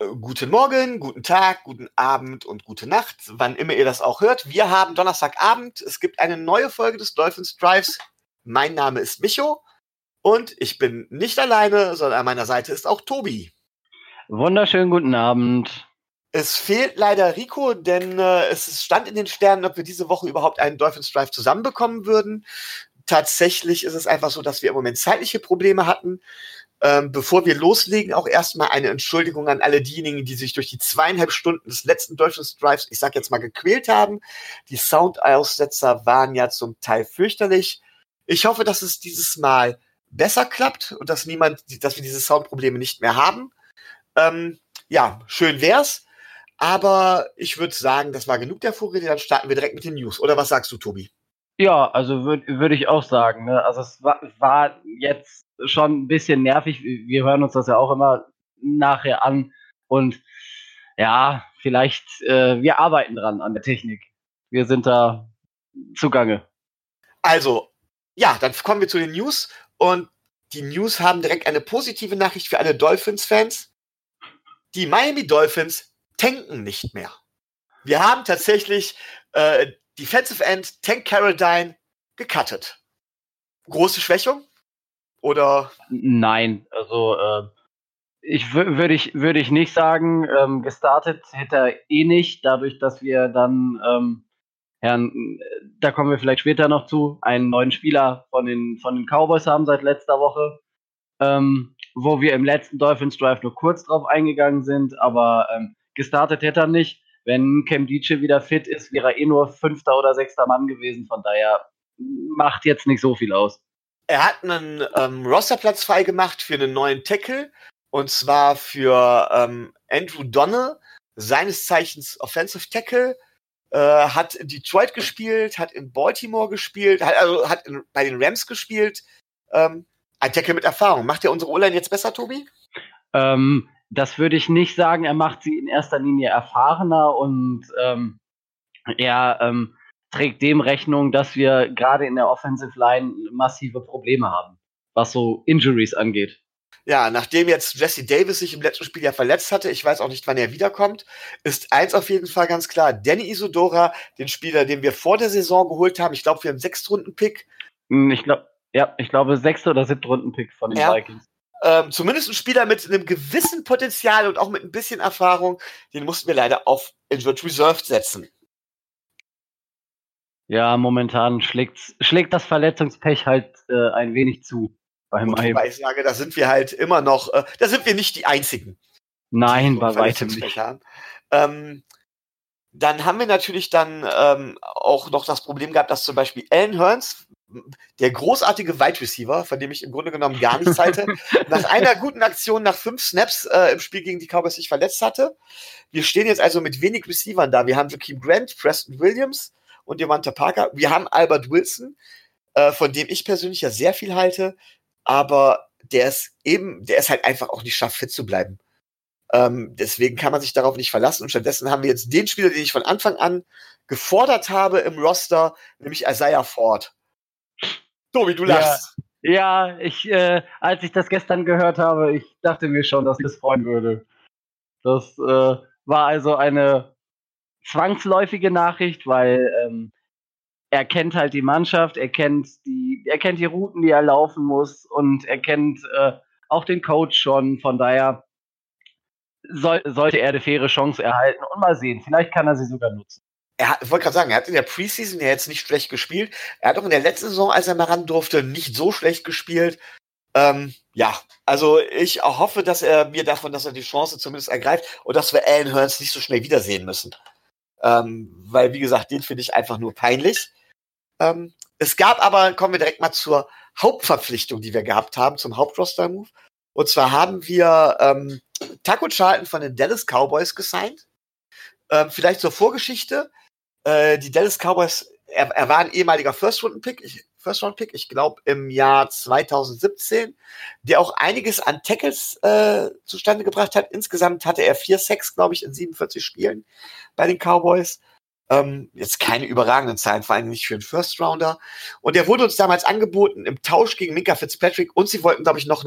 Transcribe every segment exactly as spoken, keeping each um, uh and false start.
Guten Morgen, guten Tag, guten Abend und gute Nacht, wann immer ihr das auch hört. Wir haben Donnerstagabend, es gibt eine neue Folge des Dolphins Drives. Mein Name ist Micho und ich bin nicht alleine, sondern an meiner Seite ist auch Tobi. Wunderschönen guten Abend. Es fehlt leider Rico, denn äh, es stand in den Sternen, ob wir diese Woche überhaupt einen Dolphins Drive zusammenbekommen würden. Tatsächlich ist es einfach so, dass wir im Moment zeitliche Probleme hatten. Ähm, bevor wir loslegen, auch erstmal eine Entschuldigung an alle diejenigen, die sich durch die zweieinhalb Stunden des letzten Dolphins Drives, ich sag jetzt mal, gequält haben. Die Soundaussetzer waren ja zum Teil fürchterlich. Ich hoffe, dass es dieses Mal besser klappt und dass niemand, dass wir diese Soundprobleme nicht mehr haben. Ähm, ja, schön wär's. Aber ich würde sagen, das war genug der Vorrede. Dann starten wir direkt mit den News. Oder was sagst du, Tobi? Ja, also würde würd ich auch sagen. Ne? Also es war, war jetzt schon ein bisschen nervig. Wir hören uns das ja auch immer nachher an. Und ja, vielleicht, äh, wir arbeiten dran an der Technik. Wir sind da zugange. Also, ja, dann kommen wir zu den News. Und die News haben direkt eine positive Nachricht für alle Dolphins-Fans. Die Miami Dolphins tanken nicht mehr. Wir haben tatsächlich äh, Defensive End Tank Carradine gecuttet. Große Schwächung? Oder? Nein, also äh, ich würde ich, würd ich nicht sagen, ähm, gestartet hätte er eh nicht, dadurch, dass wir dann, ähm, Herrn, da kommen wir vielleicht später noch zu, einen neuen Spieler von den, von den Cowboys haben seit letzter Woche, ähm, wo wir im letzten Dolphins Drive nur kurz drauf eingegangen sind, aber ähm, gestartet hätte er nicht. Wenn Cam Diche wieder fit ist, wäre er eh nur fünfter oder sechster Mann gewesen, von daher macht jetzt nicht so viel aus. Er hat einen ähm, Rosterplatz frei gemacht für einen neuen Tackle, und zwar für ähm, Andrew Donne, seines Zeichens Offensive Tackle, äh, hat in Detroit gespielt, hat in Baltimore gespielt, hat, also hat in, bei den Rams gespielt. Ähm, ein Tackle mit Erfahrung. Macht er unsere O-Line jetzt besser, Tobi? Ähm, das würde ich nicht sagen. Er macht sie in erster Linie erfahrener und ähm, er ähm, trägt dem Rechnung, dass wir gerade in der Offensive Line massive Probleme haben, was so Injuries angeht. Ja, nachdem jetzt Jesse Davis sich im letzten Spiel ja verletzt hatte, ich weiß auch nicht, wann er wiederkommt, ist eins auf jeden Fall ganz klar: Danny Isidora, den Spieler, den wir vor der Saison geholt haben, ich glaube für einen Sechstrunden-Pick. Ich glaube, ja, ich glaube sechster oder siebter Runden-Pick von den ja. Vikings. Ähm, zumindest ein Spieler mit einem gewissen Potenzial und auch mit ein bisschen Erfahrung, den mussten wir leider auf Injured Reserve setzen. Ja, momentan schlägt, schlägt das Verletzungspech halt äh, ein wenig zu. Gut, wobei ich sage, da sind wir halt immer noch, äh, da sind wir nicht die Einzigen. Nein, bei weitem nicht. Haben. Ähm, dann haben wir natürlich dann ähm, auch noch das Problem gehabt, dass zum Beispiel Allen Hurns, der großartige Wide Receiver, von dem ich im Grunde genommen gar nichts halte, nach einer guten Aktion, nach fünf Snaps äh, im Spiel gegen die Cowboys sich verletzt hatte. Wir stehen jetzt also mit wenig Receivern da. Wir haben Jakeem Grant, Preston Williams und Devonta Parker. Wir haben Albert Wilson, äh, von dem ich persönlich ja sehr viel halte, aber der ist eben, der ist halt einfach auch nicht schafft, fit zu bleiben. Ähm, deswegen kann man sich darauf nicht verlassen. Und stattdessen haben wir jetzt den Spieler, den ich von Anfang an gefordert habe im Roster, nämlich Isaiah Ford. Tobi, du lachst. Ja, ja ich, äh, als ich das gestern gehört habe, ich dachte mir schon, dass das freuen würde. Das äh, war also eine zwangsläufige Nachricht, weil ähm, er kennt halt die Mannschaft, er kennt die, er kennt die Routen, die er laufen muss, und er kennt äh, auch den Coach schon. Von daher soll, sollte er eine faire Chance erhalten und mal sehen, vielleicht kann er sie sogar nutzen. Er hat, ich wollte gerade sagen, er hat in der Preseason ja jetzt nicht schlecht gespielt. Er hat auch in der letzten Saison, als er mal ran durfte, nicht so schlecht gespielt. Ähm, ja, also ich hoffe, dass er mir davon, dass er die Chance zumindest ergreift und dass wir Allen Hurns nicht so schnell wiedersehen müssen. Ähm, weil, wie gesagt, den finde ich einfach nur peinlich. Ähm, es gab aber, kommen wir direkt mal zur Hauptverpflichtung, die wir gehabt haben, zum Hauptroster-Move. Und zwar haben wir ähm, Taco Charlton von den Dallas Cowboys gesigned. Ähm, vielleicht zur Vorgeschichte. Äh, die Dallas Cowboys, er, er war ein ehemaliger First-Round-Pick, ich, First-Round-Pick, ich glaube im Jahr zwanzig siebzehn, der auch einiges an Tackles äh, zustande gebracht hat. Insgesamt hatte er vier Sacks, glaube ich, in siebenundvierzig Spielen bei den Cowboys. Ähm, jetzt keine überragenden Zahlen, vor allem nicht für einen First-Rounder. Und der wurde uns damals angeboten im Tausch gegen Minkah Fitzpatrick, und sie wollten, glaube ich, noch einen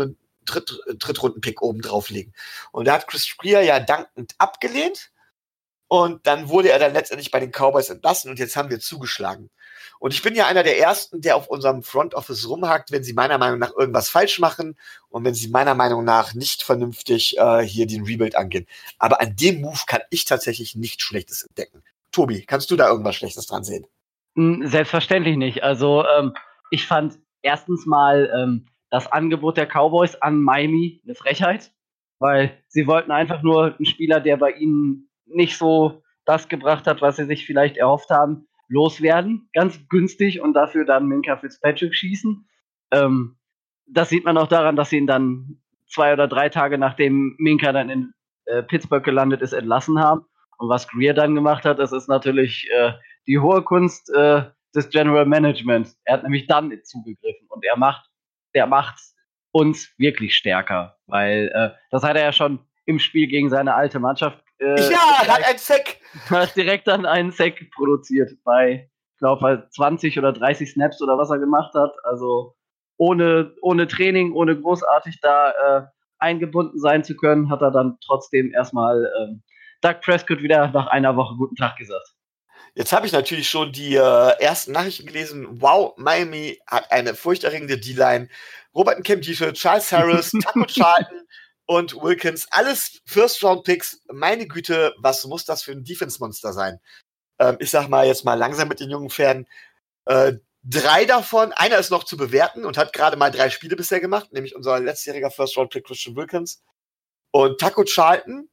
Dritt, Drittrunden-Pick oben drauflegen. Und da hat Chris Grier ja dankend abgelehnt. Und dann wurde er dann letztendlich bei den Cowboys entlassen und jetzt haben wir zugeschlagen. Und ich bin ja einer der Ersten, der auf unserem Front Office rumhakt, wenn sie meiner Meinung nach irgendwas falsch machen und wenn sie meiner Meinung nach nicht vernünftig äh, hier den Rebuild angehen. Aber an dem Move kann ich tatsächlich nichts Schlechtes entdecken. Tobi, kannst du da irgendwas Schlechtes dran sehen? Selbstverständlich nicht. Also ähm, ich fand erstens mal ähm, das Angebot der Cowboys an Miami eine Frechheit, weil sie wollten einfach nur einen Spieler, der bei ihnen nicht so das gebracht hat, was sie sich vielleicht erhofft haben, loswerden, ganz günstig und dafür dann Minkah Fitzpatrick schießen. Ähm, das sieht man auch daran, dass sie ihn dann zwei oder drei Tage nachdem Minkah dann in äh, Pittsburgh gelandet ist, entlassen haben. Und was Grier dann gemacht hat, das ist natürlich äh, die hohe Kunst äh, des General Managements. Er hat nämlich dann zugegriffen und er macht, der macht uns wirklich stärker, weil äh, das hat er ja schon im Spiel gegen seine alte Mannschaft. Äh, ja, er hat einen Sack. Hat direkt dann einen Sack produziert bei, ich glaube, zwanzig oder dreißig Snaps oder was er gemacht hat. Also ohne, ohne Training, ohne großartig da äh, eingebunden sein zu können, hat er dann trotzdem erstmal ähm, Doug Prescott wieder nach einer Woche guten Tag gesagt. Jetzt habe ich natürlich schon die äh, ersten Nachrichten gelesen. Wow, Miami hat eine furchterregende D-Line. Robert Nkemdiche, Charles Harris, Taco Charlton und Wilkins, alles First-Round-Picks. Meine Güte, was muss das für ein Defense-Monster sein? Ähm, ich sag mal jetzt mal langsam mit den jungen Pferden. Äh, drei davon, einer ist noch zu bewerten und hat gerade mal drei Spiele bisher gemacht, nämlich unser letztjähriger First-Round-Pick Christian Wilkins und Taco Charlton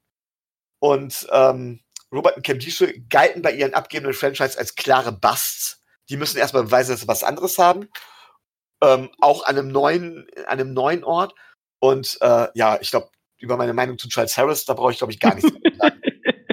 und ähm, Robert Nkemdiche galten bei ihren abgebenden Franchise als klare Busts. Die müssen erstmal beweisen, dass sie was anderes haben. Ähm, auch an einem neuen, an einem neuen Ort. Und äh, ja, ich glaube, über meine Meinung zu Charles Harris, da brauche ich, glaube ich, gar nichts zu sagen.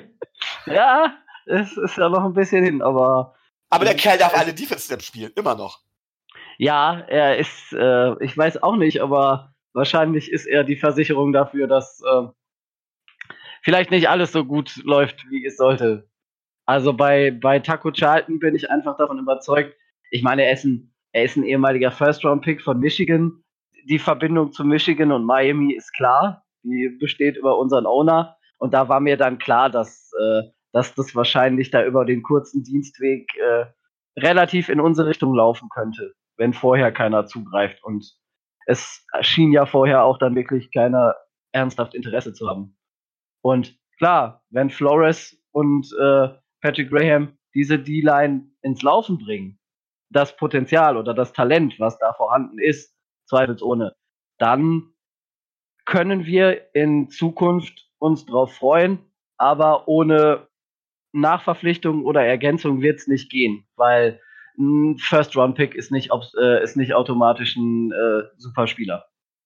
Ja, es ist ja noch ein bisschen hin, aber. Aber der Kerl darf alle Defense-Snaps spielen, immer noch. Ja, er ist, äh, ich weiß auch nicht, aber wahrscheinlich ist er die Versicherung dafür, dass äh, vielleicht nicht alles so gut läuft, wie es sollte. Also bei, bei Taco Charlton bin ich einfach davon überzeugt. Ich meine, er ist ein, er ist ein ehemaliger First-Round-Pick von Michigan. Die Verbindung zu Michigan und Miami ist klar. Die besteht über unseren Owner. Und da war mir dann klar, dass, äh, dass das wahrscheinlich da über den kurzen Dienstweg äh, relativ in unsere Richtung laufen könnte, wenn vorher keiner zugreift. Und es schien ja vorher auch dann wirklich keiner ernsthaft Interesse zu haben. Und klar, wenn Flores und äh, Patrick Graham diese D-Line ins Laufen bringen, das Potenzial oder das Talent, was da vorhanden ist, zweifelsohne, dann können wir in Zukunft uns drauf freuen, aber ohne Nachverpflichtung oder Ergänzung wird es nicht gehen, weil ein First-Round-Pick ist nicht, äh, ist nicht automatisch ein äh, Superspieler.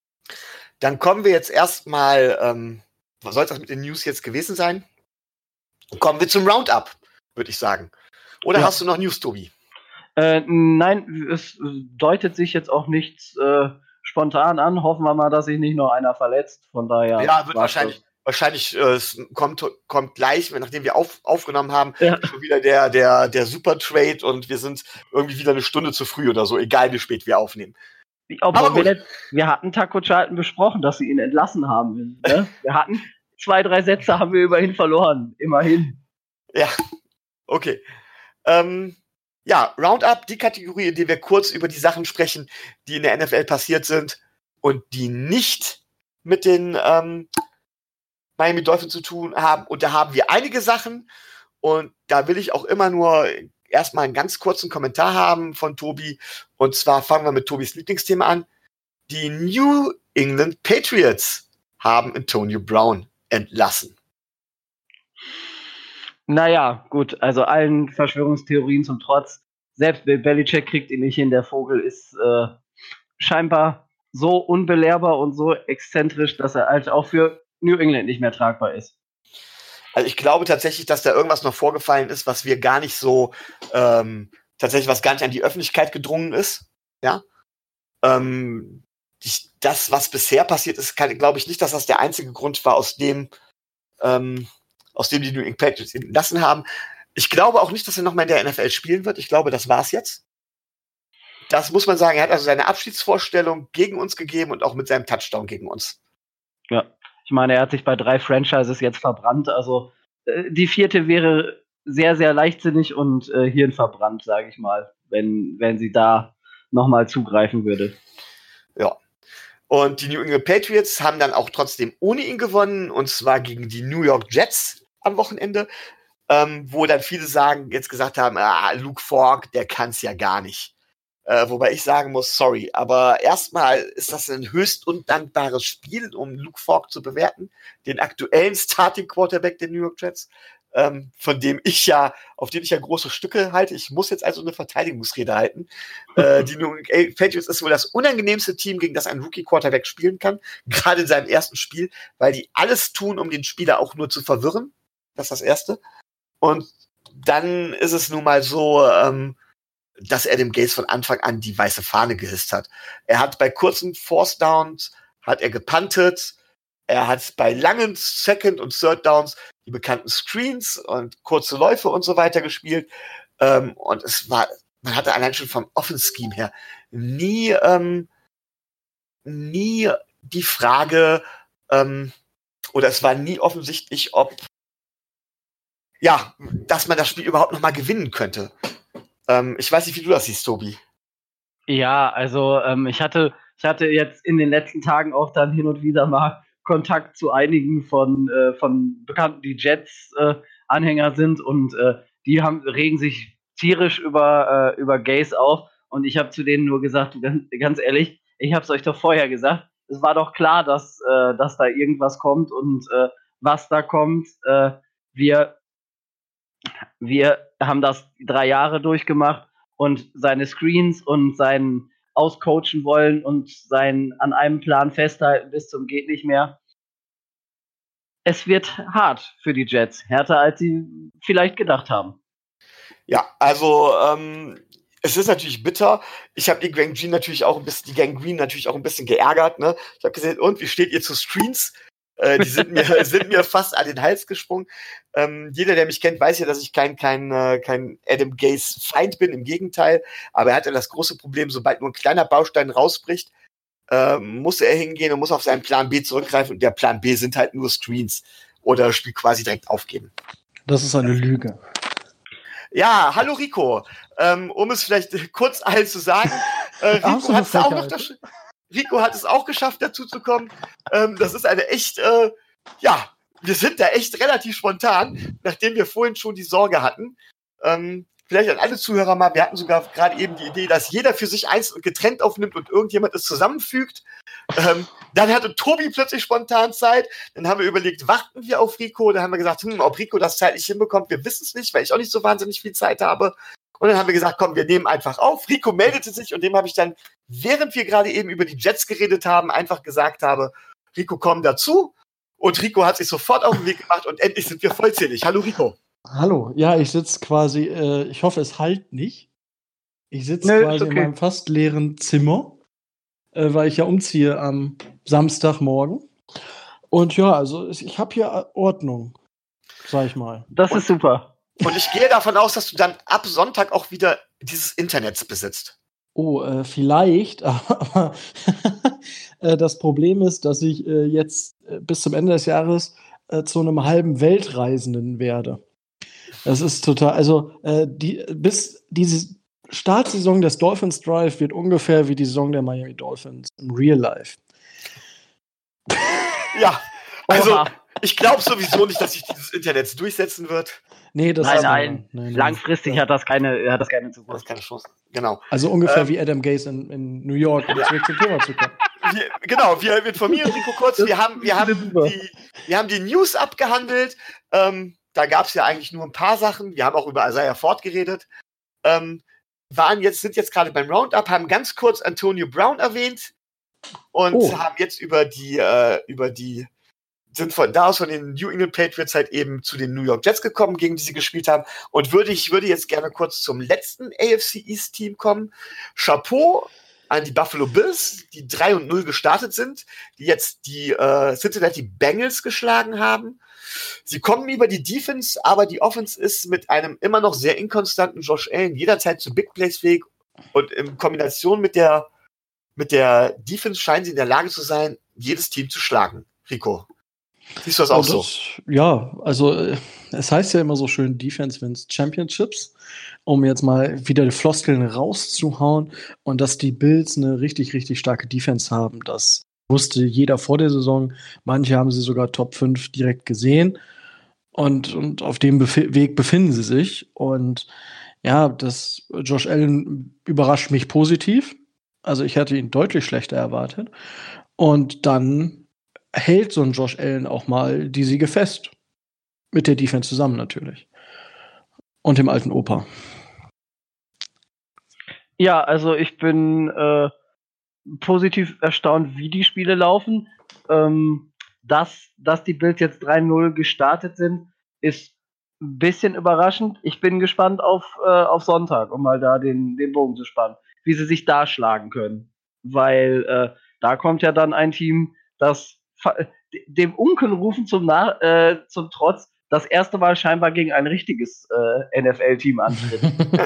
Dann kommen wir jetzt erstmal, ähm, was soll das mit den News jetzt gewesen sein? Kommen wir zum Roundup, würde ich sagen. Oder ja. Hast du noch News, Tobi? Äh, nein, es deutet sich jetzt auch nichts äh, spontan an. Hoffen wir mal, dass sich nicht noch einer verletzt. Von daher. Ja, wird wahrscheinlich, das. wahrscheinlich äh, es kommt, kommt gleich, nachdem wir auf, aufgenommen haben, ja. schon wieder der, der, der Super-Trade und wir sind irgendwie wieder eine Stunde zu früh oder so, egal wie spät wir aufnehmen. Obwohl wir, nicht, wir hatten Taco Charlton besprochen, dass sie ihn entlassen haben. Ne? Wir hatten zwei, drei Sätze haben wir über ihn verloren. Immerhin. Ja, okay. Ähm, ja, Roundup, die Kategorie, in der wir kurz über die Sachen sprechen, die in der N F L passiert sind und die nicht mit den ähm, Miami Dolphins zu tun haben. Und da haben wir einige Sachen und da will ich auch immer nur erstmal einen ganz kurzen Kommentar haben von Tobi. Und zwar fangen wir mit Tobis Lieblingsthema an. Die New England Patriots haben Antonio Brown entlassen. Naja, gut, also allen Verschwörungstheorien zum Trotz, selbst Bill Belichick kriegt ihn nicht hin, der Vogel ist äh, scheinbar so unbelehrbar und so exzentrisch, dass er halt auch für New England nicht mehr tragbar ist. Also ich glaube tatsächlich, dass da irgendwas noch vorgefallen ist, was wir gar nicht so, ähm, tatsächlich was gar nicht an die Öffentlichkeit gedrungen ist, ja. Ähm, ich, das, was bisher passiert ist, glaube ich nicht, dass das der einzige Grund war, aus dem, ähm, aus dem die New England Patriots entlassen haben. Ich glaube auch nicht, dass er noch mal in der N F L spielen wird. Ich glaube, das war's jetzt. das muss man sagen, er hat also seine Abschiedsvorstellung gegen uns gegeben und auch mit seinem Touchdown gegen uns. Ja, ich meine, er hat sich bei drei Franchises jetzt verbrannt, also äh, die vierte wäre sehr, sehr leichtsinnig und äh, hirnverbrannt, sage ich mal, wenn, wenn sie da nochmal zugreifen würde. Ja. Und die New England Patriots haben dann auch trotzdem ohne ihn gewonnen, und zwar gegen die New York Jets am Wochenende, ähm, wo dann viele sagen, jetzt gesagt haben, ah, Luke Falk, der kann's ja gar nicht. Äh, wobei ich sagen muss, sorry, aber erstmal ist das ein höchst undankbares Spiel, um Luke Falk zu bewerten, den aktuellen Starting Quarterback der New York Jets, ähm, von dem ich ja, auf den ich ja große Stücke halte. Ich muss jetzt also eine Verteidigungsrede halten. äh, die New England Patriots ist wohl das unangenehmste Team, gegen das ein Rookie-Quarterback spielen kann, gerade in seinem ersten Spiel, weil die alles tun, um den Spieler auch nur zu verwirren. Das ist das Erste. Und dann ist es nun mal so, ähm, dass Adam Gase von Anfang an die weiße Fahne gehisst hat. Er hat bei kurzen Fourth Downs hat er gepuntet, er hat bei langen Second- und Third Downs die bekannten Screens und kurze Läufe und so weiter gespielt. Ähm, und es war, man hatte allein schon vom Offense-Scheme her nie, ähm, nie die Frage, ähm, oder es war nie offensichtlich, ob, ja, dass man das Spiel überhaupt noch mal gewinnen könnte. Ähm, ich weiß nicht, wie du das siehst, Tobi. Ja, also ähm, ich hatte, ich hatte jetzt in den letzten Tagen auch dann hin und wieder mal Kontakt zu einigen von, äh, von Bekannten, die Jets-Anhänger äh, sind, und äh, die haben, regen sich tierisch über, äh, über Gase auf, und ich habe zu denen nur gesagt, ganz, ganz ehrlich, ich habe es euch doch vorher gesagt, es war doch klar, dass, äh, dass da irgendwas kommt, und äh, was da kommt, äh, wir, wir haben das drei Jahre durchgemacht, und seine Screens und sein auscoachen wollen und sein an einem Plan festhalten bis zum geht nicht mehr. Es wird hart für die Jets, härter als sie vielleicht gedacht haben. Ja, also ähm, es ist natürlich bitter. Ich habe die Gang Green natürlich auch ein bisschen, die Gang Green natürlich auch ein bisschen geärgert. Ne? Ich habe gesehen, und wie steht ihr zu Screens? Äh, die sind mir sind mir fast an den Hals gesprungen. Ähm, jeder, der mich kennt, weiß ja, dass ich kein kein äh, kein Adam Gase Feind bin. Im Gegenteil. Aber er hat ja das große Problem, sobald nur ein kleiner Baustein rausbricht, äh, muss er hingehen und muss auf seinen Plan B zurückgreifen. Und der Plan B sind halt nur Screens oder das Spiel quasi direkt aufgeben. Das ist eine Lüge. Ja, hallo Rico. Ähm, um es vielleicht kurz allen zu sagen, äh, Rico, hat es auch noch das, Rico hat es auch geschafft, dazu zu kommen. Ähm, das ist eine echt, äh, ja, wir sind da echt relativ spontan, nachdem wir vorhin schon die Sorge hatten. Ähm, vielleicht an alle Zuhörer mal, wir hatten sogar gerade eben die Idee, dass jeder für sich eins getrennt aufnimmt und irgendjemand es zusammenfügt. Ähm, dann hatte Tobi plötzlich spontan Zeit. Dann haben wir überlegt, warten wir auf Rico? Dann haben wir gesagt, hm, ob Rico das zeitlich hinbekommt, wir wissen es nicht, weil ich auch nicht so wahnsinnig viel Zeit habe. Und dann haben wir gesagt, komm, wir nehmen einfach auf. Rico meldete sich, und dem habe ich dann, während wir gerade eben über die Jets geredet haben, einfach gesagt habe, Rico, komm dazu. Und Rico hat sich sofort auf den Weg gemacht, und endlich sind wir vollzählig. Hallo Rico. Hallo, ja, ich sitze quasi, äh, ich hoffe, es halt nicht. Ich sitze quasi okay. in meinem fast leeren Zimmer, äh, weil ich ja umziehe am Samstagmorgen. Und ja, also ich habe hier Ordnung, sag ich mal. Das und, ist super. Und ich gehe davon aus, dass du dann ab Sonntag auch wieder dieses Internet besitzt. Oh, äh, vielleicht, aber äh, das Problem ist, dass ich äh, jetzt äh, bis zum Ende des Jahres äh, zu einem halben Weltreisenden werde. Das ist total, also äh, die, bis diese Startsaison des Dolphins Drive wird ungefähr wie die Saison der Miami Dolphins im Real Life. Ja, also Oha. Ich glaube sowieso nicht, dass sich dieses Internet durchsetzen wird. Nee, das nein, ist nein, nein, nein. Langfristig ja. hat das keine, hat das keine Zukunft. Das keine Chance. Genau. Also ungefähr ähm, wie Adam Gase in, in New York, um zurück zum Thema zu kommen. Wir, genau, wir informieren Rico kurz. Wir haben, wir haben die, wir haben die News abgehandelt. Ähm, da gab es ja eigentlich nur ein paar Sachen. Wir haben auch über Isaiah Ford geredet. Ähm, waren jetzt, sind jetzt gerade beim Roundup, haben ganz kurz Antonio Brown erwähnt und oh. haben jetzt über die, äh, über die sind von da aus von den New England Patriots halt eben zu den New York Jets gekommen, gegen die sie gespielt haben. Und würde ich würde jetzt gerne kurz zum letzten A F C East Team kommen. Chapeau an die Buffalo Bills, die drei und null gestartet sind, die jetzt die äh, Cincinnati Bengals geschlagen haben. Sie kommen über die Defense, aber die Offense ist mit einem immer noch sehr inkonstanten Josh Allen jederzeit zu Big Plays fähig Und in Kombination mit der, mit der Defense scheinen sie in der Lage zu sein, jedes Team zu schlagen. Rico, siehst du das auch das, so? Ja, also äh, es heißt ja immer so schön, Defense wins Championships, um jetzt mal wieder die Floskeln rauszuhauen. Und dass die Bills eine richtig, richtig starke Defense haben, das wusste jeder vor der Saison. Manche haben sie sogar Top fünf direkt gesehen. Und, und auf dem Bef- Weg befinden sie sich. Und ja, das Josh Allen überrascht mich positiv. Also ich hätte ihn deutlich schlechter erwartet. Und dann hält so ein Josh Allen auch mal die Siege fest. Mit der Defense zusammen natürlich. Und dem alten Opa. Ja, also ich bin äh, positiv erstaunt, wie die Spiele laufen. Ähm, dass, dass die Bills jetzt drei null gestartet sind, ist ein bisschen überraschend. Ich bin gespannt auf, äh, auf Sonntag, um mal da den, den Bogen zu spannen, wie sie sich da schlagen können. Weil äh, da kommt ja dann ein Team, das dem Unkenrufen zum, Na- äh, zum Trotz das erste Mal scheinbar gegen ein richtiges äh, N F L-Team antritt.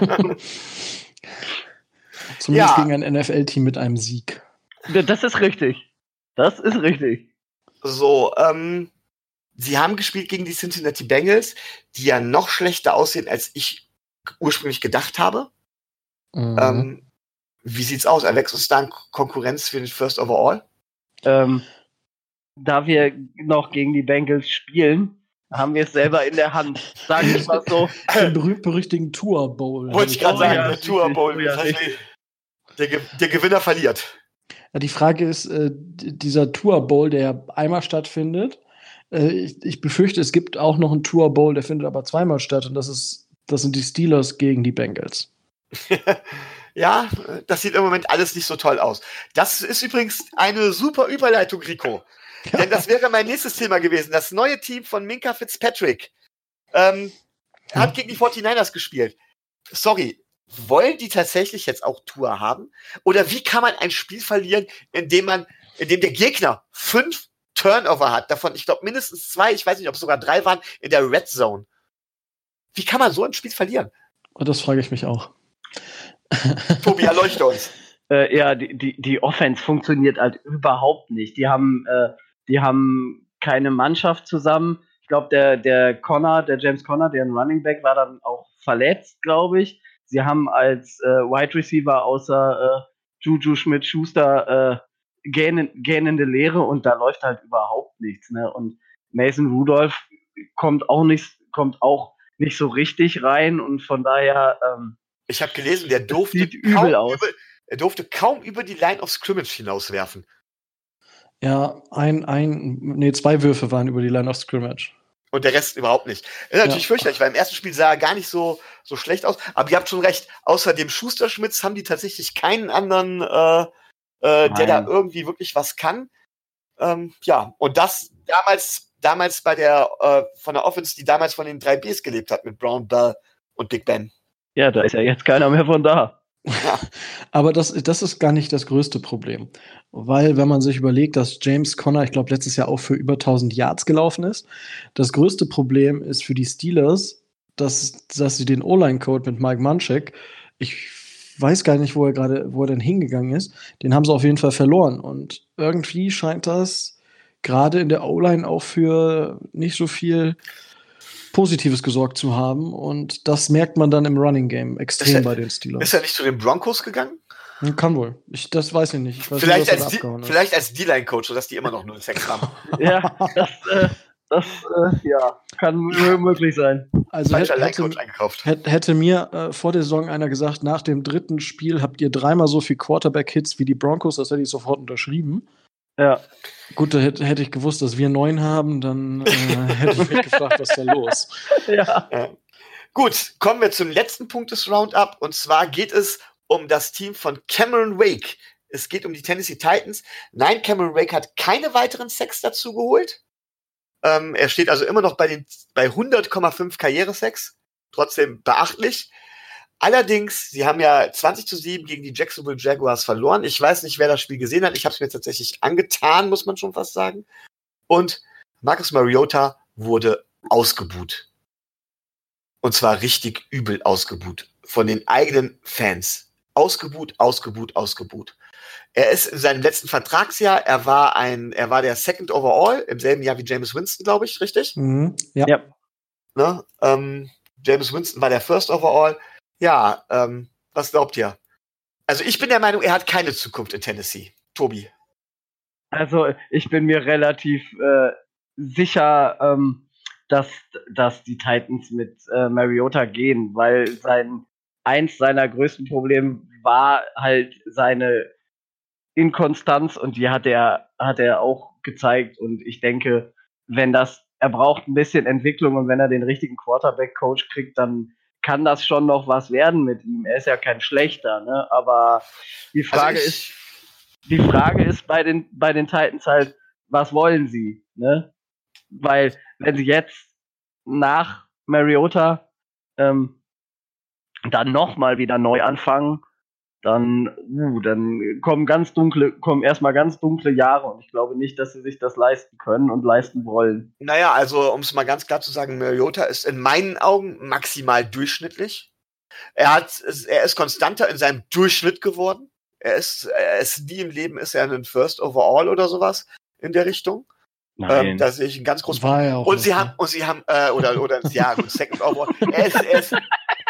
Zumindest Ja. gegen ein N F L-Team mit einem Sieg. Das ist richtig. Das ist richtig. So, ähm, sie haben gespielt gegen die Cincinnati Bengals, die ja noch schlechter aussehen, als ich ursprünglich gedacht habe. Mhm. Ähm, wie sieht's aus? Erwächst es dann Konkurrenz für den First Overall? Ähm, da wir noch gegen die Bengals spielen, haben wir es selber in der Hand. Sag ich mal so. Den berühmt-berüchtigten Tour Bowl. Wollte ich gerade Oh sagen, ja, der richtig. Tour Bowl. Oh ja, das heißt, der, Ge- der Gewinner verliert. Ja, die Frage ist, äh, dieser Tour Bowl, der einmal stattfindet, äh, ich, ich befürchte, es gibt auch noch einen Tour Bowl, der findet aber zweimal statt, und das ist, das sind die Steelers gegen die Bengals. Ja, das sieht im Moment alles nicht so toll aus. Das ist übrigens eine super Überleitung, Rico. Ja. Denn das wäre mein nächstes Thema gewesen. Das neue Team von Minka Fitzpatrick ähm, Ja. hat gegen die forty-niners gespielt. Sorry, wollen die tatsächlich jetzt auch Tour haben? Oder wie kann man ein Spiel verlieren, indem man, indem der Gegner fünf Turnover hat, davon, ich glaube, mindestens zwei, ich weiß nicht, ob es sogar drei waren, in der Red Zone. Wie kann man so ein Spiel verlieren? Und das frage ich mich auch. Tobi, erleuchte uns. Äh, ja, die, die, die Offense funktioniert halt überhaupt nicht. Die haben, äh, die haben keine Mannschaft zusammen. Ich glaube, der, der Connor, der James Conner, der ein Running Back, war dann auch verletzt, glaube ich. Sie haben als äh, Wide Receiver außer äh, Juju Smith-Schuster äh, gähnen, gähnende Leere, und da läuft halt überhaupt nichts. Ne? Und Mason Rudolph kommt auch nicht, kommt auch nicht so richtig rein, und von daher ähm, Ich habe gelesen, der durfte, sieht übel kaum aus. Über, er durfte kaum über die Line of Scrimmage hinauswerfen. Ja, ein, ein, nee, zwei Würfe waren über die Line of Scrimmage. Und der Rest überhaupt nicht. Das ist natürlich Ja. fürchterlich, weil im ersten Spiel sah er gar nicht so, so schlecht aus. Aber ihr habt schon recht, außer dem Schuster-Schmitz haben die tatsächlich keinen anderen, äh, äh, der da Nein. irgendwie wirklich was kann. Ähm, ja, und das damals, damals bei der, äh, von der Offense, die damals von den drei Bs gelebt hat, mit Brown, Bell und Big Ben. Ja, da ist ja jetzt keiner mehr von da. Aber das, das ist gar nicht das größte Problem. Weil, wenn man sich überlegt, dass James Conner, ich glaube, letztes Jahr auch für über tausend Yards gelaufen ist, das größte Problem ist für die Steelers, dass, dass sie den O-Line-Code mit Mike Munchak, ich weiß gar nicht, wo er gerade, wo er denn hingegangen ist, den haben sie auf jeden Fall verloren. Und irgendwie scheint das gerade in der O-Line auch für nicht so viel Positives gesorgt zu haben. Und das merkt man dann im Running Game extrem Ist er- bei den Steelers. Ist er nicht zu den Broncos gegangen? Kann wohl. Ich, das weiß ich nicht. Ich weiß Vielleicht nicht, was als, er D- abgehauen ist. vielleicht als D-Line-Coach, sodass die immer noch null Sex haben. Ja, das, äh, das äh, ja, kann m- möglich sein. Also Falscher hätte, Line-Coach hätte, eingekauft. hätte, hätte mir äh, vor der Saison einer gesagt, nach dem dritten Spiel habt ihr dreimal so viel Quarterback-Hits wie die Broncos, das hätte ich sofort unterschrieben. Ja. Gut, da hätte, hätte ich gewusst, dass wir neun haben, dann äh, hätte ich mich gefragt, was ist da los? Ja. Ja. Gut, kommen wir zum letzten Punkt des Roundup. Und zwar geht es um das Team von Cameron Wake. Es geht um die Tennessee Titans. Nein, Cameron Wake hat keine weiteren Sacks dazu geholt. Ähm, er steht also immer noch bei, den, bei hundert Komma fünf Karriere-Sacks. Trotzdem beachtlich. Allerdings, sie haben ja zwanzig zu sieben gegen die Jacksonville Jaguars verloren. Ich weiß nicht, wer das Spiel gesehen hat. Ich habe es mir tatsächlich angetan, muss man schon fast sagen. Und Marcus Mariota wurde ausgebuht. Und zwar richtig übel ausgebuht. Von den eigenen Fans. ausgebuht, ausgebuht, ausgebuht. Er ist in seinem letzten Vertragsjahr, er war ein, er war der Second Overall, im selben Jahr wie Jameis Winston, glaube ich, richtig? Mhm, ja. Ja. Ne? Ähm, Jameis Winston war der First Overall. Ja, ähm, was glaubt ihr? Also ich bin der Meinung, er hat keine Zukunft in Tennessee. Tobi. Also ich bin mir relativ äh, sicher, ähm, dass, dass die Titans mit äh, Mariota gehen, weil sein eins seiner größten Probleme war halt seine Inkonstanz und die hat er, hat er auch gezeigt. Und ich denke, wenn das, er braucht ein bisschen Entwicklung und wenn er den richtigen Quarterback-Coach kriegt, dann kann das schon noch was werden mit ihm. Er ist ja kein schlechter, ne? Aber die Frage Also ist, die Frage ist bei den, bei den Titans halt, was wollen sie, ne? Weil, wenn sie jetzt nach Mariota ähm, dann nochmal wieder neu anfangen, dann, uh, dann kommen ganz dunkle, kommen erstmal ganz dunkle Jahre und ich glaube nicht, dass sie sich das leisten können und leisten wollen. Naja, also um es mal ganz klar zu sagen, Mariota ist in meinen Augen maximal durchschnittlich. Er hat, er ist konstanter in seinem Durchschnitt geworden. Er ist, er ist nie im Leben ist er ein First Overall oder sowas in der Richtung. Ähm, da sehe ich einen ganz großen War er auch und nicht, sie ne? haben und sie haben äh, oder oder ja gut, Second Overall. Er ist, er ist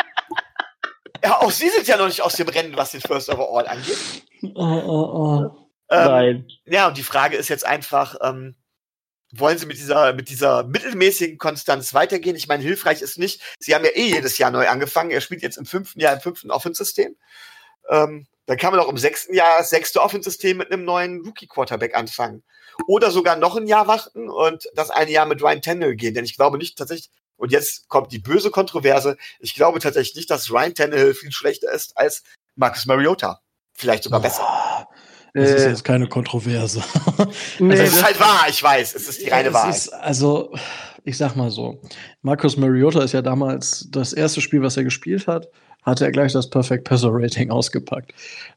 ja, auch sie sind ja noch nicht aus dem Rennen, was den First Overall angeht. Oh, oh, oh. Ähm, Nein. Ja, und die Frage ist jetzt einfach, ähm, wollen sie mit dieser, mit dieser mittelmäßigen Konstanz weitergehen? Ich meine, hilfreich ist nicht, sie haben ja eh jedes Jahr neu angefangen. Er spielt jetzt im fünften Jahr im fünften Offense-System. Ähm, dann kann man auch im sechsten Jahr das sechste Offense-System mit einem neuen Rookie-Quarterback anfangen. Oder sogar noch ein Jahr warten und das eine Jahr mit Ryan Tannehill gehen. Denn ich glaube nicht tatsächlich, und jetzt kommt die böse Kontroverse, ich glaube tatsächlich nicht, dass Ryan Tannehill viel schlechter ist als Marcus Mariota. Vielleicht sogar besser. Boah, das ist Äh, jetzt keine Kontroverse. Nee, Das das- ist halt wahr, ich weiß. Es ist die reine Es Wahrheit. ist, also, ich sag mal so, Marcus Mariota ist ja damals das erste Spiel, was er gespielt hat, hatte er gleich das Perfect Passer Rating ausgepackt.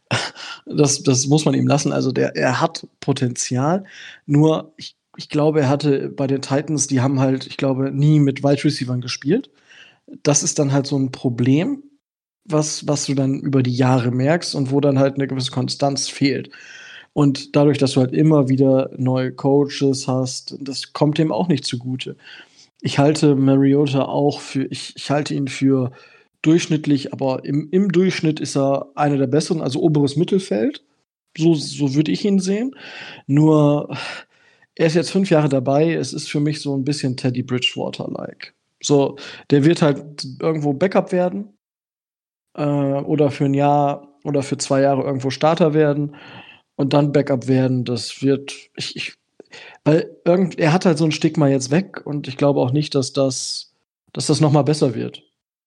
Das, das muss man ihm lassen. Also der, er hat Potenzial. Nur, ich, ich glaube, er hatte bei den Titans, die haben halt, ich glaube, nie mit Wide Receivern gespielt. Das ist dann halt so ein Problem, was, was du dann über die Jahre merkst und wo dann halt eine gewisse Konstanz fehlt. Und dadurch, dass du halt immer wieder neue Coaches hast, das kommt dem auch nicht zugute. Ich halte Mariota auch für, ich, ich halte ihn für durchschnittlich, aber im, im Durchschnitt ist er einer der besseren, also oberes Mittelfeld. So, so würde ich ihn sehen. Nur, er ist jetzt fünf Jahre dabei. Es ist für mich so ein bisschen Teddy Bridgewater-like. So, der wird halt irgendwo Backup werden. Äh, oder für ein Jahr oder für zwei Jahre irgendwo Starter werden. Und dann Backup werden. Das wird, ich, ich, weil irgend, er hat halt so ein Stigma jetzt weg. Und ich glaube auch nicht, dass das, dass das noch mal besser wird.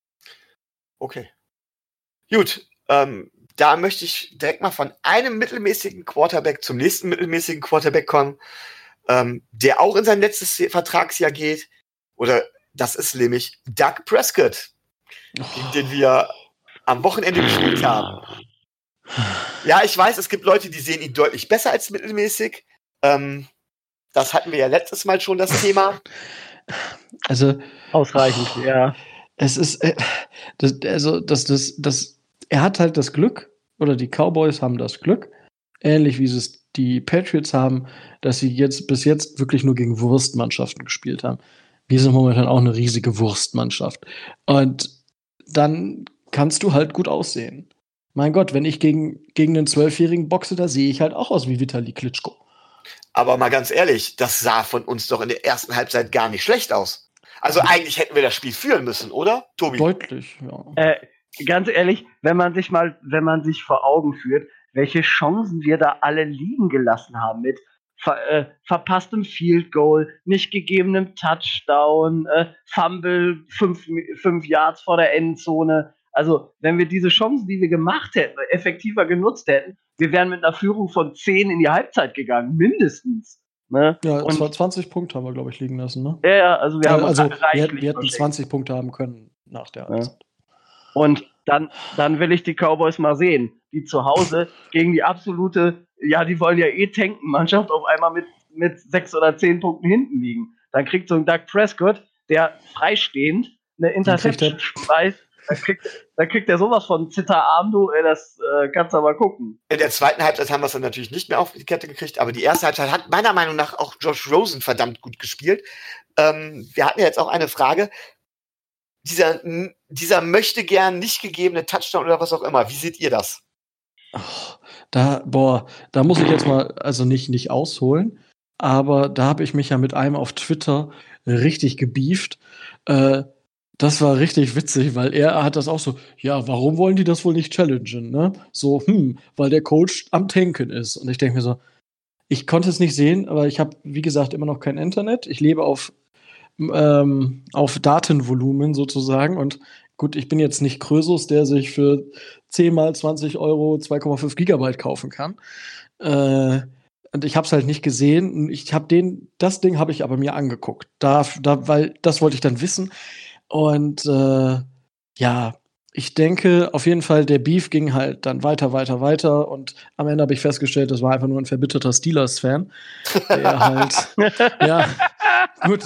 Okay. Gut, ähm, da möchte ich direkt mal von einem mittelmäßigen Quarterback zum nächsten mittelmäßigen Quarterback kommen, ähm, der auch in sein letztes Vertragsjahr geht. Oder das ist nämlich Doug Prescott, gegen den wir am Wochenende gespielt haben. Ja, ich weiß, es gibt Leute, die sehen ihn deutlich besser als mittelmäßig. Ähm, das hatten wir ja letztes Mal schon, das Thema. Also, Ausreichend, oh, ja. Es ist, äh, das, also, das, das, das, er hat halt das Glück, oder die Cowboys haben das Glück, ähnlich wie es die Patriots haben, dass sie jetzt bis jetzt wirklich nur gegen Wurstmannschaften gespielt haben. Wir sind momentan auch eine riesige Wurstmannschaft. Und dann kannst du halt gut aussehen. Mein Gott, wenn ich gegen, gegen einen Zwölfjährigen boxe, da sehe ich halt auch aus wie Vitali Klitschko. Aber mal ganz ehrlich, das sah von uns doch in der ersten Halbzeit gar nicht schlecht aus. Also eigentlich hätten wir das Spiel führen müssen, oder, Tobi? Deutlich, ja. Äh, ganz ehrlich, wenn man sich mal, wenn man sich vor Augen führt, welche Chancen wir da alle liegen gelassen haben mit ver, äh, verpasstem Field Goal, nicht gegebenem Touchdown, äh, Fumble fünf, fünf Yards vor der Endzone. Also, wenn wir diese Chancen, die wir gemacht hätten, effektiver genutzt hätten, wir wären mit einer Führung von zehn in die Halbzeit gegangen, mindestens. Ne? Ja, Und, zwar zwanzig Punkte haben wir, glaube ich, liegen lassen, ne? ja, ja, also wir haben also, uns wir, reichlich wir hätten verschenkt. zwanzig Punkte haben können nach der Halbzeit. Und dann, dann will ich die Cowboys mal sehen, die zu Hause gegen die absolute, ja, die wollen ja eh tanken, Mannschaft auf einmal mit, mit sechs oder zehn Punkten hinten liegen. Dann kriegt so ein Doug Prescott, der freistehend eine Interception schmeißt, Da kriegt, da kriegt er sowas von Zitterarm, du, ey, das äh, kannst du aber gucken. In der zweiten Halbzeit haben wir es dann natürlich nicht mehr auf die Kette gekriegt, aber die erste Halbzeit hat meiner Meinung nach auch Josh Rosen verdammt gut gespielt. Ähm, wir hatten ja jetzt auch eine Frage. Dieser, dieser möchte gern nicht gegebene Touchdown oder was auch immer, wie seht ihr das? Oh, da, boah, da muss ich jetzt mal, also nicht, nicht ausholen, aber da habe ich mich ja mit einem auf Twitter richtig gebieft. Äh, das war richtig witzig, weil er hat das auch so, ja, warum wollen die das wohl nicht challengen, ne? So, hm, weil der Coach am Tanken ist. Und ich denke mir so, ich konnte es nicht sehen, aber ich habe, wie gesagt, immer noch kein Internet. Ich lebe auf, ähm, auf Datenvolumen sozusagen. Und gut, ich bin jetzt nicht Krösus, der sich für zehn mal zwanzig Euro zwei Komma fünf Gigabyte kaufen kann. Äh, und ich habe es halt nicht gesehen. Ich habe den, das Ding habe ich aber mir angeguckt. Da, da, weil das wollte ich dann wissen. Und äh, ja, ich denke auf jeden Fall, der Beef ging halt dann weiter, weiter, weiter. Und am Ende habe ich festgestellt, das war einfach nur ein verbitterter Steelers-Fan. Der halt, ja, gut.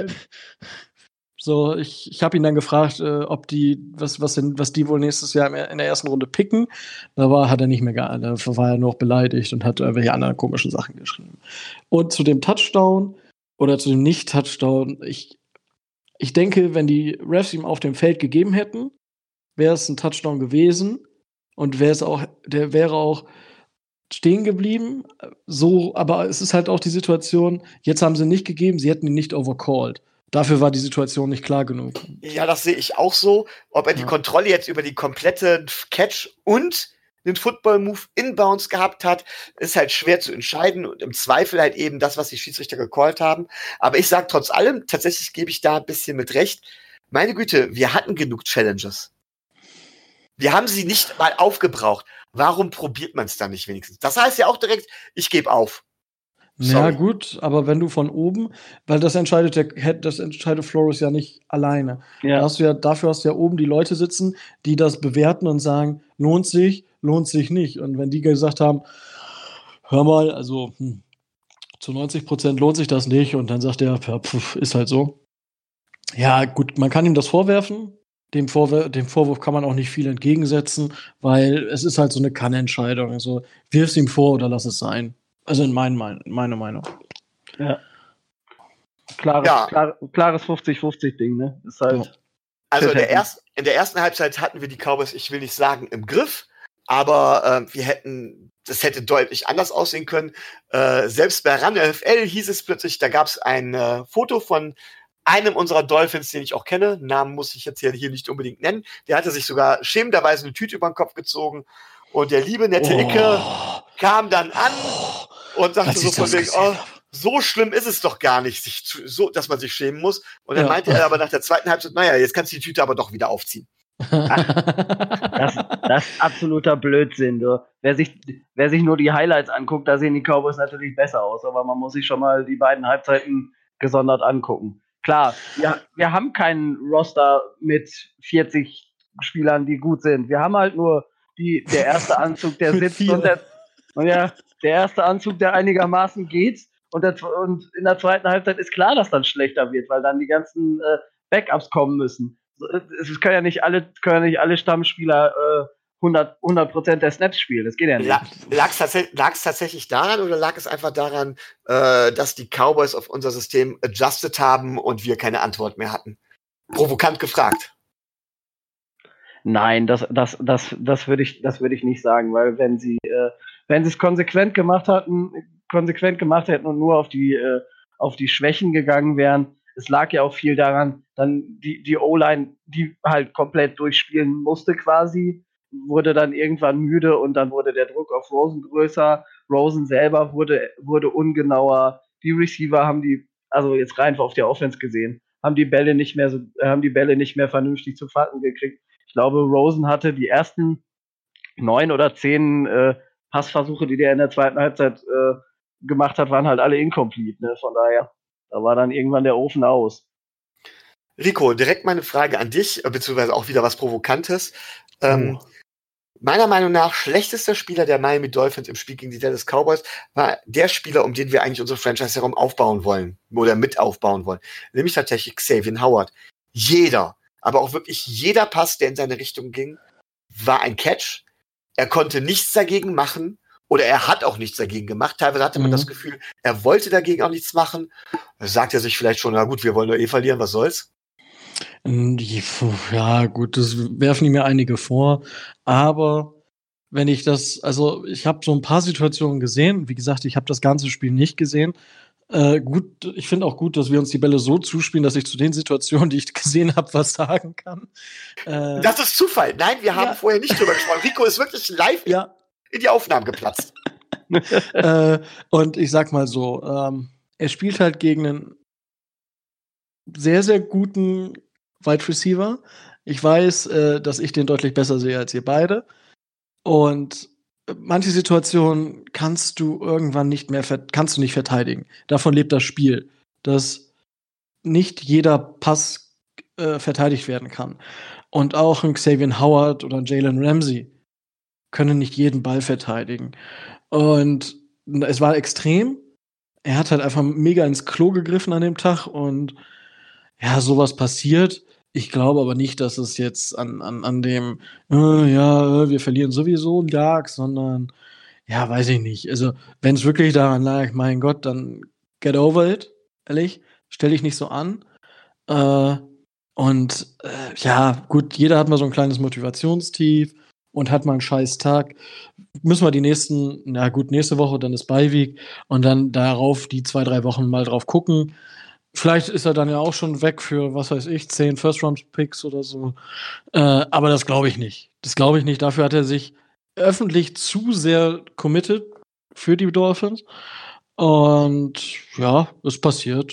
So, ich, ich habe ihn dann gefragt, äh, ob die, was, was, denn, was die wohl nächstes Jahr in der ersten Runde picken. Da war, hat er nicht mehr geantwortet, da war er nur noch beleidigt und hat irgendwelche anderen komischen Sachen geschrieben. Und zu dem Touchdown oder zu dem Nicht-Touchdown, ich, ich denke, wenn die Refs ihm auf dem Feld gegeben hätten, wäre es ein Touchdown gewesen und wäre es auch, der wäre auch stehen geblieben. So, aber es ist halt auch die Situation, jetzt haben sie nicht gegeben, sie hätten ihn nicht overcalled. Dafür war die Situation nicht klar genug. Ja, das sehe ich auch so. Ob er die ja. Kontrolle jetzt über die komplette Catch und den Football-Move inbounds gehabt hat, ist halt schwer zu entscheiden und im Zweifel halt eben das, was die Schiedsrichter gecallt haben. Aber ich sage trotz allem, tatsächlich gebe ich da ein bisschen mit recht. Meine Güte, wir hatten genug Challenges. Wir haben sie nicht mal aufgebraucht. Warum probiert man es dann nicht wenigstens? Das heißt ja auch direkt, ich gebe auf. Sorry. Ja, gut, aber wenn du von oben, weil das entscheidet der, das entscheidet Flores ja nicht alleine. Ja. Da hast du ja, dafür hast du ja oben die Leute sitzen, die das bewerten und sagen, lohnt sich, lohnt sich nicht. Und wenn die gesagt haben, hör mal, also hm, zu neunzig Prozent lohnt sich das nicht, und dann sagt er, ja, pf, ist halt so. Ja, gut, man kann ihm das vorwerfen. Dem, Vorwur- dem Vorwurf kann man auch nicht viel entgegensetzen, weil es ist halt so eine Kann-Entscheidung. Also wirf's ihm vor oder lass es sein. Also in mein, mein, meine Meinung. Ja. Klares, ja. Klar, klares fünfzig fünfzig Ding, ne? Ist halt ja. Also in der, erst, in der ersten Halbzeit hatten wir die Cowboys, ich will nicht sagen, im Griff, aber äh, wir hätten, das hätte deutlich anders aussehen können. Äh, selbst bei Run N F L hieß es plötzlich, da gab es ein äh, Foto von einem unserer Dolphins, den ich auch kenne, Namen muss ich jetzt hier, hier nicht unbedingt nennen, der hatte sich sogar schämenderweise eine Tüte über den Kopf gezogen und der liebe, nette oh. Icke kam dann an und sagte so von wegen, oh, so schlimm ist es doch gar nicht, sich zu, so, dass man sich schämen muss. Und dann ja. meinte er aber nach der zweiten Halbzeit, naja, jetzt kannst du die Tüte aber doch wieder aufziehen. das, das ist absoluter Blödsinn. Du. Wer, sich, wer sich nur die Highlights anguckt, da sehen die Cowboys natürlich besser aus, aber man muss sich schon mal die beiden Halbzeiten gesondert angucken. Klar, wir, wir haben keinen Roster mit vierzig Spielern, die gut sind. Wir haben halt nur die, der erste Anzug, der sitzt und, der, und ja, der erste Anzug, der einigermaßen geht. Und, der, und in der zweiten Halbzeit ist klar, dass dann schlechter wird, weil dann die ganzen äh, Backups kommen müssen. Es können ja nicht alle, können ja nicht alle Stammspieler äh, hundert Prozent der Snaps spielen. Das geht ja nicht. Lag es tats- tatsächlich daran oder lag es einfach daran, äh, dass die Cowboys auf unser System adjusted haben und wir keine Antwort mehr hatten? Provokant gefragt. Nein, das, das, das, das würde ich, das würde ich nicht sagen, weil wenn sie, äh, wenn sie es konsequent gemacht hatten, konsequent gemacht hätten und nur auf die, äh, auf die Schwächen gegangen wären, es lag ja auch viel daran, dann die, die O-Line, die halt komplett durchspielen musste quasi, wurde dann irgendwann müde und dann wurde der Druck auf Rosen größer. Rosen selber wurde, wurde ungenauer. Die Receiver haben die, also jetzt rein auf der Offense gesehen, haben die Bälle nicht mehr so, haben die Bälle nicht mehr vernünftig zu fassen gekriegt. Ich glaube, Rosen hatte die ersten neun oder zehn äh, Passversuche, die der in der zweiten Halbzeit äh, gemacht hat, waren halt alle incomplete. Ne? Von daher, da war dann irgendwann der Ofen aus. Rico, direkt meine Frage an dich, beziehungsweise auch wieder was Provokantes. Ähm, oh. Meiner Meinung nach schlechtester Spieler der Miami Dolphins im Spiel gegen die Dallas Cowboys war der Spieler, um den wir eigentlich unsere Franchise herum aufbauen wollen oder mit aufbauen wollen. Nämlich tatsächlich Xavier Howard. Jeder, aber auch wirklich jeder Pass, der in seine Richtung ging, war ein Catch. Er konnte nichts dagegen machen oder er hat auch nichts dagegen gemacht. Teilweise hatte man Mhm. das Gefühl, er wollte dagegen auch nichts machen. Da sagt er sich vielleicht schon, na gut, wir wollen doch eh verlieren, was soll's? Ja, gut, das werfen die mir einige vor. Aber wenn ich das, also ich habe so ein paar Situationen gesehen. Wie gesagt, ich habe das ganze Spiel nicht gesehen. Äh, gut, ich finde auch gut, dass wir uns die Bälle so zuspielen, dass ich zu den Situationen, die ich gesehen habe, was sagen kann. Äh, Das ist Zufall. Nein, wir haben ja. vorher nicht drüber gesprochen. Rico ist wirklich live ja. in die Aufnahmen geplatzt. äh, und ich sag mal so, ähm, er spielt halt gegen einen sehr, sehr guten Wide Receiver. Ich weiß, äh, dass ich den deutlich besser sehe als ihr beide. Und manche Situationen kannst du irgendwann nicht mehr ver- kannst du nicht verteidigen. Davon lebt das Spiel, dass nicht jeder Pass äh, verteidigt werden kann. Und auch ein Xavier Howard oder ein Jalen Ramsey können nicht jeden Ball verteidigen. Und es war extrem. Er hat halt einfach mega ins Klo gegriffen an dem Tag und ja, sowas passiert. Ich glaube aber nicht, dass es jetzt an, an, an dem, äh, ja, wir verlieren sowieso lag, sondern, ja, weiß ich nicht. Also, wenn es wirklich daran lag, mein Gott, dann get over it, ehrlich, stell dich nicht so an. Äh, und äh, ja, gut, jeder hat mal so ein kleines Motivationstief und hat mal einen scheiß Tag. Müssen wir die nächsten, na gut, nächste Woche, dann ist Beiweek und dann darauf die zwei, drei Wochen mal drauf gucken. Vielleicht ist er dann ja auch schon weg für, was weiß ich, zehn First-Round-Picks oder so. Äh, aber das glaube ich nicht. Das glaube ich nicht. Dafür hat er sich öffentlich zu sehr committed für die Dolphins. Und ja, es passiert.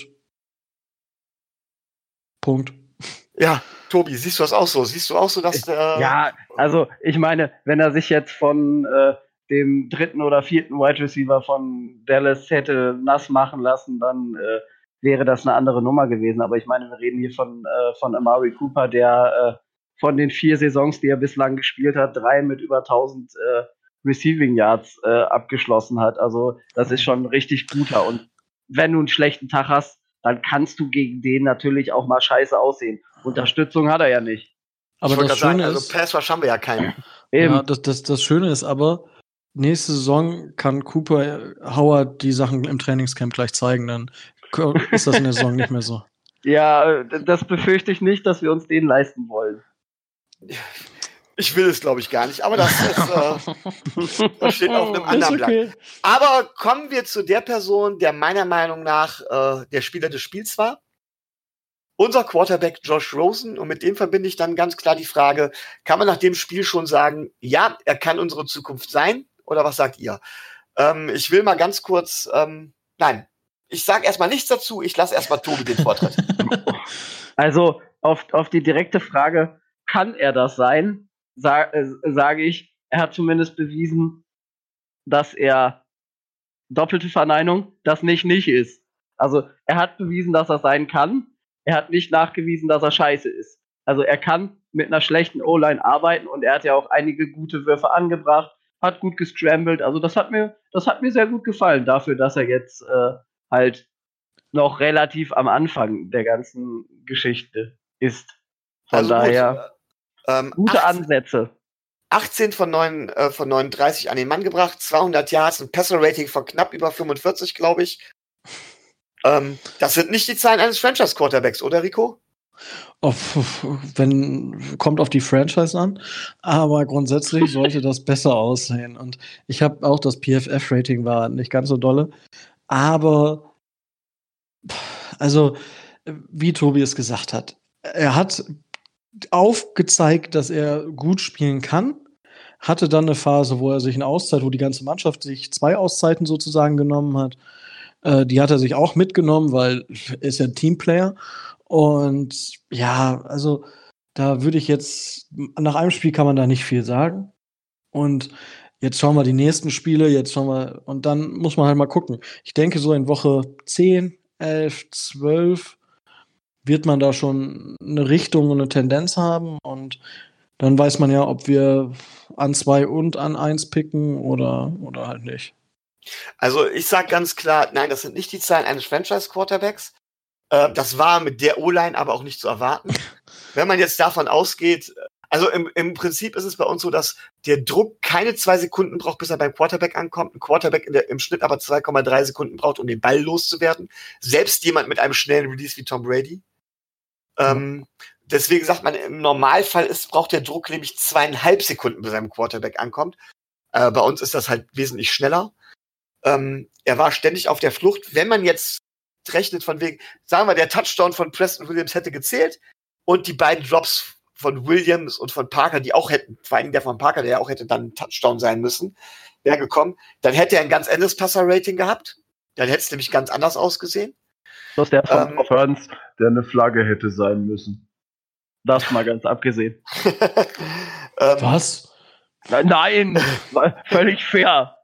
Punkt. Ja, Tobi, siehst du das auch so? Siehst du auch so, dass der. Ja, also ich meine, wenn er sich jetzt von äh, dem dritten oder vierten Wide Receiver von Dallas hätte nass machen lassen, dann äh, wäre das eine andere Nummer gewesen. Aber ich meine, wir reden hier von, äh, von Amari Cooper, der äh, von den vier Saisons, die er bislang gespielt hat, drei mit über tausend äh, Receiving Yards äh, abgeschlossen hat. Also das ist schon ein richtig guter. Und wenn du einen schlechten Tag hast, dann kannst du gegen den natürlich auch mal scheiße aussehen. Unterstützung hat er ja nicht. Aber ich wollte das gerade sagen, Schöne also ist, Pass-Rush haben wir ja keinen. Eben. ja, das, das, das Schöne ist aber, nächste Saison kann Cooper Howard die Sachen im Trainingscamp gleich zeigen, dann ist das in der Saison nicht mehr so. Ja, das befürchte ich nicht, dass wir uns den leisten wollen. Ich will es, glaube ich, gar nicht, aber das, ist, äh, das steht auf einem anderen Ist okay. Blatt. Aber kommen wir zu der Person, der meiner Meinung nach äh, der Spieler des Spiels war. Unser Quarterback Josh Rosen. Und mit dem verbinde ich dann ganz klar die Frage, kann man nach dem Spiel schon sagen, ja, er kann unsere Zukunft sein? Oder was sagt ihr? Ähm, ich will mal ganz kurz, ähm, nein, ich sage erstmal nichts dazu, ich lasse erstmal Tobi den Vortritt. Also auf, auf die direkte Frage, kann er das sein, sag, äh, sage ich, er hat zumindest bewiesen, dass er doppelte Verneinung, das nicht nicht ist. Also er hat bewiesen, dass er sein kann, er hat nicht nachgewiesen, dass er scheiße ist. Also er kann mit einer schlechten O-Line arbeiten und er hat ja auch einige gute Würfe angebracht, hat gut gescrambled, also das hat mir, das hat mir sehr gut gefallen, dafür, dass er jetzt äh, halt noch relativ am Anfang der ganzen Geschichte ist. Von Also daher gut, ähm, gute achtzehn, Ansätze. achtzehn von, neun, äh, von neununddreißig an den Mann gebracht, zweihundert Yards, ein Passer-Rating von knapp über fünfundvierzig, glaube ich. Ähm, das sind nicht die Zahlen eines Franchise-Quarterbacks, oder Rico? Auf, wenn, kommt auf die Franchise an, aber grundsätzlich sollte das besser aussehen. Und ich habe auch das P F F-Rating war nicht ganz so dolle, aber also, wie Tobi es gesagt hat, er hat aufgezeigt, dass er gut spielen kann, hatte dann eine Phase, wo er sich eine Auszeit, wo die ganze Mannschaft sich zwei Auszeiten sozusagen genommen hat. Äh, die hat er sich auch mitgenommen, weil er ist ja ein Teamplayer. Und ja, also da würde ich jetzt, nach einem Spiel kann man da nicht viel sagen. Und jetzt schauen wir die nächsten Spiele, jetzt schauen wir, und dann muss man halt mal gucken. Ich denke, so in Woche zehn, elf, zwölf wird man da schon eine Richtung und eine Tendenz haben. Und dann weiß man ja, ob wir an zwei und an eins picken oder, oder halt nicht. Also ich sage ganz klar, nein, das sind nicht die Zahlen eines Franchise-Quarterbacks. Äh, das war mit der O-Line aber auch nicht zu erwarten. Wenn man jetzt davon ausgeht, also im, im Prinzip ist es bei uns so, dass der Druck keine zwei Sekunden braucht, bis er beim Quarterback ankommt. Ein Quarterback in der, im Schnitt aber zwei Komma drei Sekunden braucht, um den Ball loszuwerden. Selbst jemand mit einem schnellen Release wie Tom Brady. Ähm, deswegen sagt man, im Normalfall ist, braucht der Druck nämlich zweieinhalb Sekunden, bis er beim Quarterback ankommt. Äh, bei uns ist das halt wesentlich schneller. Ähm, er war ständig auf der Flucht. Wenn man jetzt rechnet von wegen, sagen wir, der Touchdown von Preston Williams hätte gezählt und die beiden Drops von Williams und von Parker, die auch hätten, vor allem der von Parker, der ja auch hätte dann ein Touchdown sein müssen, wäre gekommen, dann hätte er ein ganz anderes Passer-Rating gehabt. Dann hätte es nämlich ganz anders ausgesehen. Das ist der von Ähm, Offense, der eine Flagge hätte sein müssen. Das mal ganz abgesehen. ähm, Was? Nein, war völlig fair.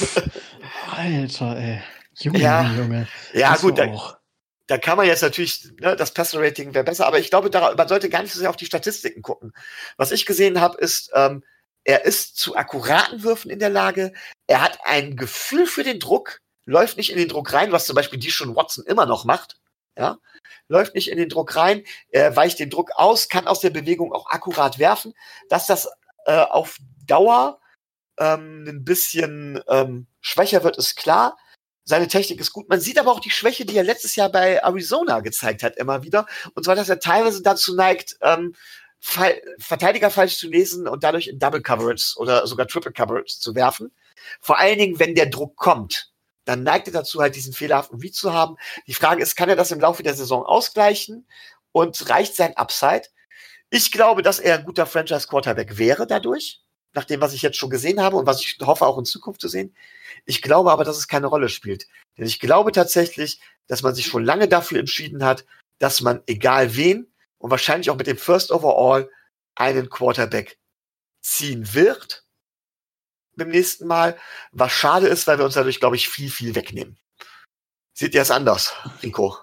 Alter, ey. Junge, Ja. Junge. Ja, Das gut, war da, auch. da kann man jetzt natürlich, ne, das Passer-Rating wäre besser, aber ich glaube, da, man sollte gar nicht so sehr auf die Statistiken gucken. Was ich gesehen habe, ist, ähm, er ist zu akkuraten Würfen in der Lage, er hat ein Gefühl für den Druck, läuft nicht in den Druck rein, was zum Beispiel Deshaun Watson immer noch macht, ja, läuft nicht in den Druck rein, er weicht den Druck aus, kann aus der Bewegung auch akkurat werfen, dass das äh, auf Dauer ähm, ein bisschen ähm, schwächer wird, ist klar. Seine Technik ist gut. Man sieht aber auch die Schwäche, die er letztes Jahr bei Arizona gezeigt hat, immer wieder. Und zwar, dass er teilweise dazu neigt, ähm, Fall, Verteidiger falsch zu lesen und dadurch in Double Coverage oder sogar Triple Coverage zu werfen. Vor allen Dingen, wenn der Druck kommt, dann neigt er dazu, halt diesen fehlerhaften Read zu haben. Die Frage ist, kann er das im Laufe der Saison ausgleichen und reicht sein Upside? Ich glaube, dass er ein guter Franchise-Quarterback wäre dadurch, nach dem, was ich jetzt schon gesehen habe und was ich hoffe, auch in Zukunft zu sehen. Ich glaube aber, dass es keine Rolle spielt. Denn ich glaube tatsächlich, dass man sich schon lange dafür entschieden hat, dass man, egal wen, und wahrscheinlich auch mit dem First Overall, einen Quarterback ziehen wird beim nächsten Mal. Was schade ist, weil wir uns dadurch, glaube ich, viel, viel wegnehmen. Seht ihr es anders, Rico?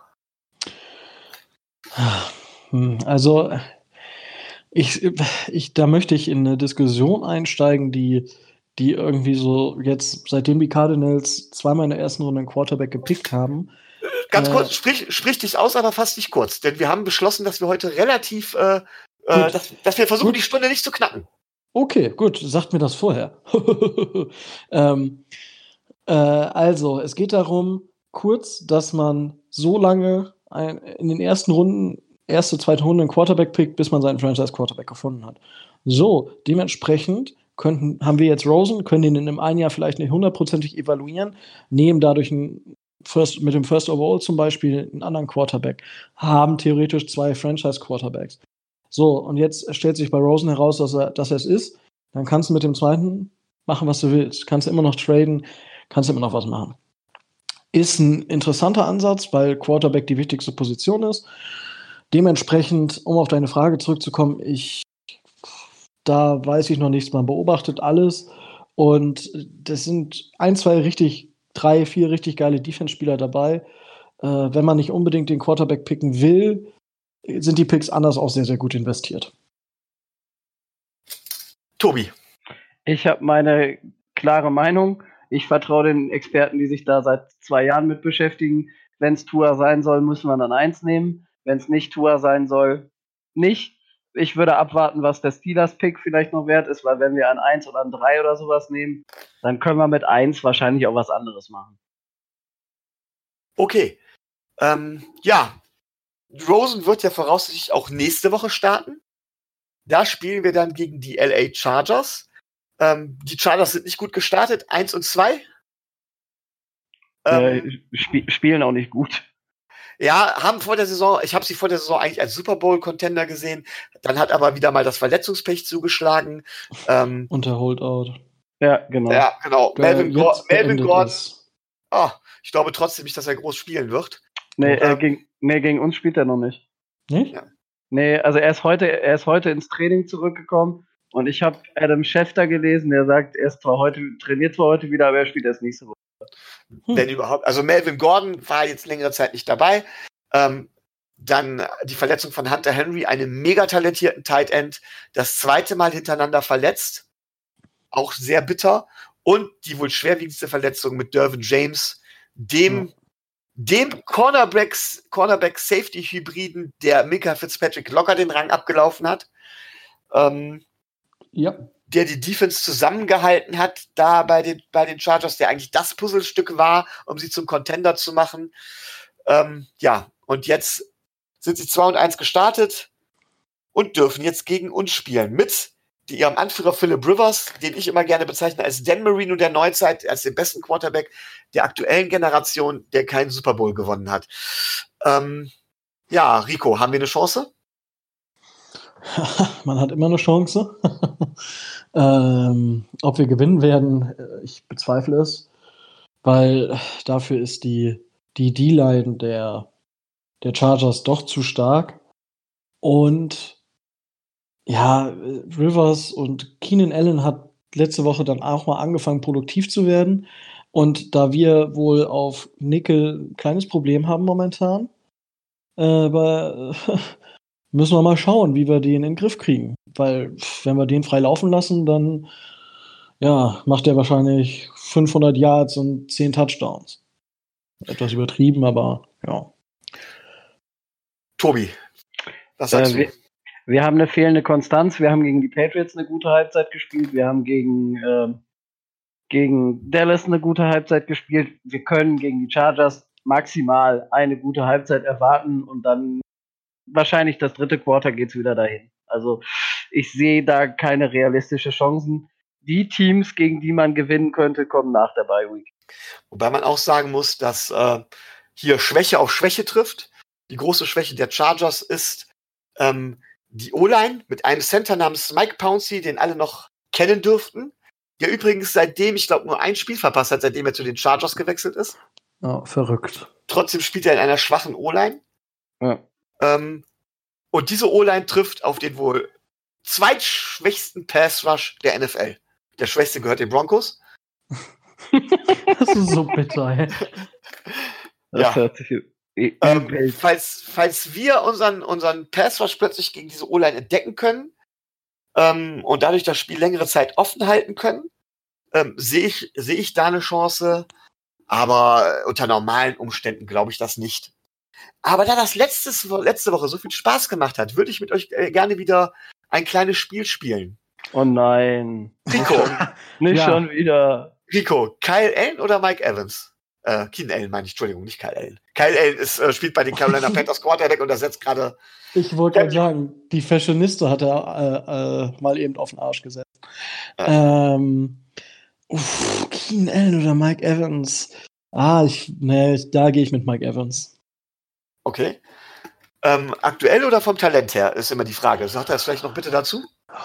Also, ich, ich, da möchte ich in eine Diskussion einsteigen, die, die irgendwie so jetzt, seitdem die Cardinals zweimal in der ersten Runde einen Quarterback gepickt haben. Ganz Äh, kurz, sprich, sprich dich aus, aber fast nicht kurz. Denn wir haben beschlossen, dass wir heute relativ, äh, äh, dass, dass wir versuchen, Gut. die Stunde nicht zu knacken. Okay, gut, sagt mir das vorher. ähm, äh, also, es geht darum, kurz, dass man so lange ein, in den ersten Runden, erste, zweite Runde einen Quarterback pickt, bis man seinen Franchise-Quarterback gefunden hat. So, dementsprechend könnten, haben wir jetzt Rosen, können ihn in einem einen Jahr vielleicht nicht hundertprozentig evaluieren, nehmen dadurch einen First, mit dem First Overall zum Beispiel einen anderen Quarterback, haben theoretisch zwei Franchise-Quarterbacks. So, und jetzt stellt sich bei Rosen heraus, dass er, dass er es ist. Dann kannst du mit dem zweiten machen, was du willst. Kannst du immer noch traden, kannst du immer noch was machen. Ist ein interessanter Ansatz, weil Quarterback die wichtigste Position ist. Dementsprechend, um auf deine Frage zurückzukommen, ich, da weiß ich noch nichts. Man beobachtet alles. Und das sind ein, zwei richtig, drei, vier richtig geile Defense-Spieler dabei. Äh, wenn man nicht unbedingt den Quarterback picken will, sind die Picks anders auch sehr, sehr gut investiert. Tobi. Ich habe meine klare Meinung. Ich vertraue den Experten, die sich da seit zwei Jahren mit beschäftigen. Wenn es Tua sein soll, müssen wir dann eins nehmen. Wenn es nicht Tua sein soll, nicht. Ich würde abwarten, was der Steelers-Pick vielleicht noch wert ist, weil wenn wir an eins oder an drei oder sowas nehmen, dann können wir mit eins wahrscheinlich auch was anderes machen. Okay. Ähm, ja, Rosen wird ja voraussichtlich auch nächste Woche starten. Da spielen wir dann gegen die L A Chargers. Ähm, die Chargers sind nicht gut gestartet, eins und zwei. Ähm, äh, sp- spielen auch nicht gut. Ja, haben vor der Saison, ich habe sie vor der Saison eigentlich als Super Bowl-Contender gesehen. Dann hat aber wieder mal das Verletzungspech zugeschlagen. Ähm, Und der Holdout. Ja, genau. ja, genau. Der Melvin, jetzt Gor- Melvin beendet Gordon. ist. Oh, ich glaube trotzdem nicht, dass er groß spielen wird. Nee, äh, Ähm, gegen, nee, gegen uns spielt er noch nicht. Nicht? Ja. Nee, also er ist heute, er ist heute ins Training zurückgekommen und ich habe Adam Schefter gelesen, der sagt, er ist zwar heute, trainiert zwar heute wieder, aber er spielt erst nächste Woche. Hm. Wenn überhaupt. Also Melvin Gordon war jetzt längere Zeit nicht dabei. Ähm, dann die Verletzung von Hunter Henry, einem mega talentierten Tight End, das zweite Mal hintereinander verletzt. Auch sehr bitter. Und die wohl schwerwiegendste Verletzung mit Derwin James, dem Ja. dem Cornerbacks, Cornerback-Safety-Hybriden, der Minkah Fitzpatrick locker den Rang abgelaufen hat. Ähm, ja. Der die Defense zusammengehalten hat, da bei den, bei den Chargers, der eigentlich das Puzzlestück war, um sie zum Contender zu machen. Ähm, ja, und jetzt sind sie zwei und eins gestartet und dürfen jetzt gegen uns spielen. Mit die, ihrem Anführer Philip Rivers, den ich immer gerne bezeichne als Dan Marino der Neuzeit, als den besten Quarterback der aktuellen Generation, der keinen Super Bowl gewonnen hat. Ähm, ja, Rico, haben wir eine Chance? Man hat immer eine Chance. ähm, ob wir gewinnen werden, ich bezweifle es, weil dafür ist die, die D-Line der, der Chargers doch zu stark. Und ja, Rivers und Keenan Allen hat letzte Woche dann auch mal angefangen, produktiv zu werden. Und da wir wohl auf Nickel ein kleines Problem haben momentan, äh, aber müssen wir mal schauen, wie wir den in den Griff kriegen. Weil, wenn wir den frei laufen lassen, dann ja, macht er wahrscheinlich fünfhundert Yards und zehn Touchdowns. Etwas übertrieben, aber ja. Tobi, was sagst äh, du? Wir, wir haben eine fehlende Konstanz. Wir haben gegen die Patriots eine gute Halbzeit gespielt. Wir haben gegen, äh, gegen Dallas eine gute Halbzeit gespielt. Wir können gegen die Chargers maximal eine gute Halbzeit erwarten und dann wahrscheinlich das dritte Quarter geht's wieder dahin. Also ich sehe da keine realistischen Chancen. Die Teams, gegen die man gewinnen könnte, kommen nach der Bye Week. Wobei man auch sagen muss, dass äh, hier Schwäche auf Schwäche trifft. Die große Schwäche der Chargers ist ähm, die O-Line mit einem Center namens Mike Pouncey, den alle noch kennen dürften. Der übrigens seitdem, ich glaube, nur ein Spiel verpasst hat, seitdem er zu den Chargers gewechselt ist. Ja, verrückt. Trotzdem spielt er in einer schwachen O-Line. Ja. Ähm, und diese O-Line trifft auf den wohl zweitschwächsten Pass-Rush der N F L. Der schwächste gehört den Broncos. Das ist so bitter, ey. Das Ja. hört sich Ähm, falls, falls wir unseren, unseren Pass-Rush plötzlich gegen diese O-Line entdecken können ähm, und dadurch das Spiel längere Zeit offen halten können, ähm, sehe ich, sehe ich da eine Chance. Aber unter normalen Umständen glaube ich das nicht. Aber da das letztes, letzte Woche so viel Spaß gemacht hat, würde ich mit euch äh, gerne wieder ein kleines Spiel spielen. Oh nein. Rico, Nicht Ja. schon wieder. Rico, Kyle Allen oder Mike Evans? Äh, Keenan Allen meine ich, Entschuldigung, nicht Kyle Allen. Kyle Allen ist, äh, spielt bei den Carolina Panthers Quarterback und ersetzt gerade. Ich wollte gerade sagen, die Fashionista hat er äh, äh, mal eben auf den Arsch gesetzt. Ähm, uff, Keenan Allen oder Mike Evans? Ah, ich, nee, da gehe ich mit Mike Evans. Okay. Ähm, aktuell oder vom Talent her, ist immer die Frage. Sagt er es vielleicht noch bitte dazu?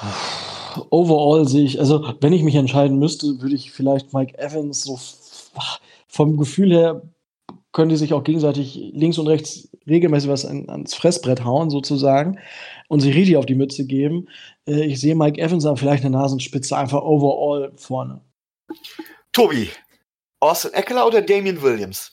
Overall sehe ich, also wenn ich mich entscheiden müsste, würde ich vielleicht Mike Evans so f- vom Gefühl her können die sich auch gegenseitig links und rechts regelmäßig was an, ans Fressbrett hauen, sozusagen, und sich richtig auf die Mütze geben. Äh, ich sehe Mike Evans aber vielleicht eine Nasenspitze einfach overall vorne. Tobi, Austin Eckler oder Damian Williams?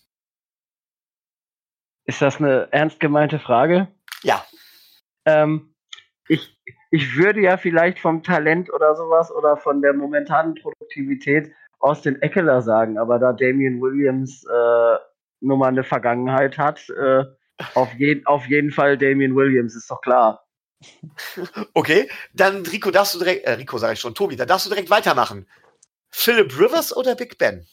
Ist das eine ernst gemeinte Frage? Ja. Ähm, ich, ich würde ja vielleicht vom Talent oder sowas oder von der momentanen Produktivität Austin Eckler sagen, aber da Damian Williams äh, nur mal eine Vergangenheit hat, äh, auf, je, auf jeden Fall Damian Williams, ist doch klar. Okay, dann Rico, darfst du direkt, äh, Rico sage ich schon, Tobi, da darfst du direkt weitermachen. Philip Rivers oder Big Ben?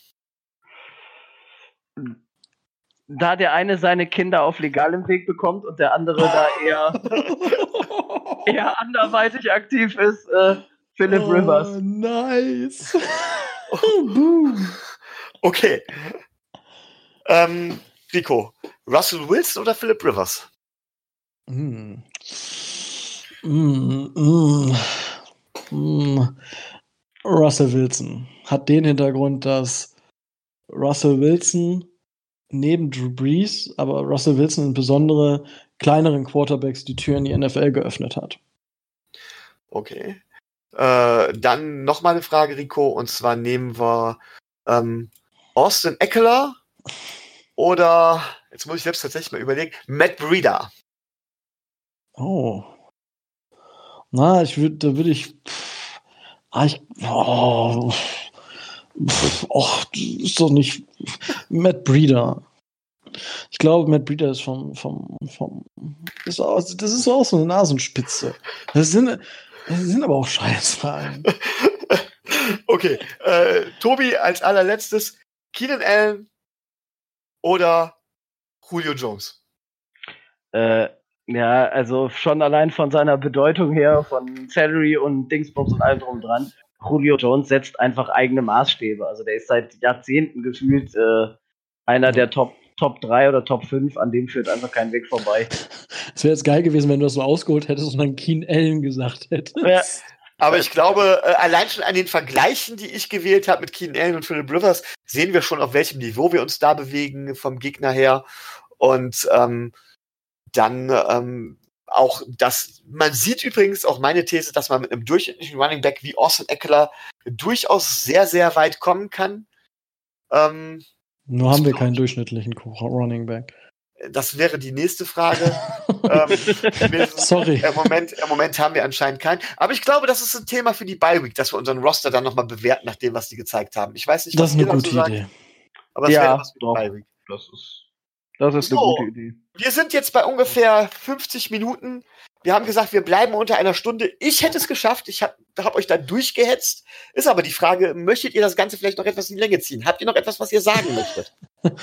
Da der eine seine Kinder auf legalem Weg bekommt und der andere da eher, eher anderweitig aktiv ist, äh, Philip Oh, Rivers. nice. Boom. Okay. Ähm, Rico, Russell Wilson oder Philip Rivers? Mm. Mm, mm, mm. Russell Wilson hat den Hintergrund, dass Russell Wilson neben Drew Brees, aber Russell Wilson insbesondere kleineren Quarterbacks die Tür in die N F L geöffnet hat. Okay. Äh, dann noch mal eine Frage, Rico, und zwar nehmen wir ähm, Austin Eckler oder, jetzt muss ich selbst tatsächlich mal überlegen, Matt Breida. Oh. Na, ich würde, da würde ich, pff, ah, ich, oh, pff, och, ist doch nicht Matt Breida. Ich glaube, Matt Breida ist vom, vom, vom ist auch, das ist auch so eine Nasenspitze. Das sind, das sind aber auch Scheißfragen. Okay, äh, Tobi als allerletztes, Keenan Allen oder Julio Jones? Äh, ja, also schon allein von seiner Bedeutung her, von Salary und Dingsbums und allem drum dran, Julio Jones setzt einfach eigene Maßstäbe. Also der ist seit Jahrzehnten gefühlt äh, einer der Top Top drei oder Top fünf, an dem führt einfach kein Weg vorbei. Es wäre jetzt geil gewesen, wenn du das so ausgeholt hättest und dann Keenan Allen gesagt hättest. Ja. Aber ich glaube, äh, allein schon an den Vergleichen, die ich gewählt habe mit Keenan Allen und Philip Rivers, sehen wir schon, auf welchem Niveau wir uns da bewegen vom Gegner her. Und ähm, dann ähm, auch das, man sieht übrigens auch meine These, dass man mit einem durchschnittlichen Running Back wie Austin Eckler durchaus sehr, sehr weit kommen kann. Ähm, Nur haben wir keinen durchschnittlichen Running Back. Das wäre die nächste Frage. ähm, wir, Sorry. Im Moment, Im Moment haben wir anscheinend keinen. Aber ich glaube, das ist ein Thema für die Bye Week, dass wir unseren Roster dann nochmal bewerten, nach dem, was die gezeigt haben. Ich weiß nicht, das was ist eine gute sagt, Idee. aber das ja, wäre was für die doch. Bye Week. Das ist, das ist So, eine gute Idee. Wir sind jetzt bei ungefähr fünfzig Minuten. Wir haben gesagt, wir bleiben unter einer Stunde. Ich hätte es geschafft. Ich habe hab euch da durchgehetzt. Ist aber die Frage, möchtet ihr das Ganze vielleicht noch etwas in die Länge ziehen? Habt ihr noch etwas, was ihr sagen möchtet?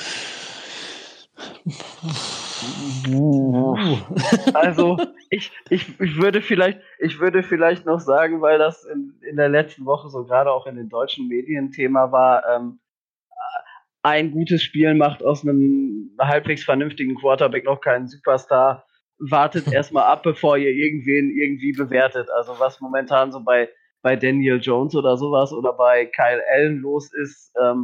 Also ich, ich, ich würde vielleicht, ich würde vielleicht noch sagen, weil das in, in der letzten Woche so gerade auch in den deutschen Medien Thema war, ähm, ein gutes Spiel macht aus einem halbwegs vernünftigen Quarterback noch keinen Superstar. Wartet erstmal ab, bevor ihr irgendwen irgendwie bewertet. Also was momentan so bei, bei Daniel Jones oder sowas oder bei Kyle Allen los ist, ähm,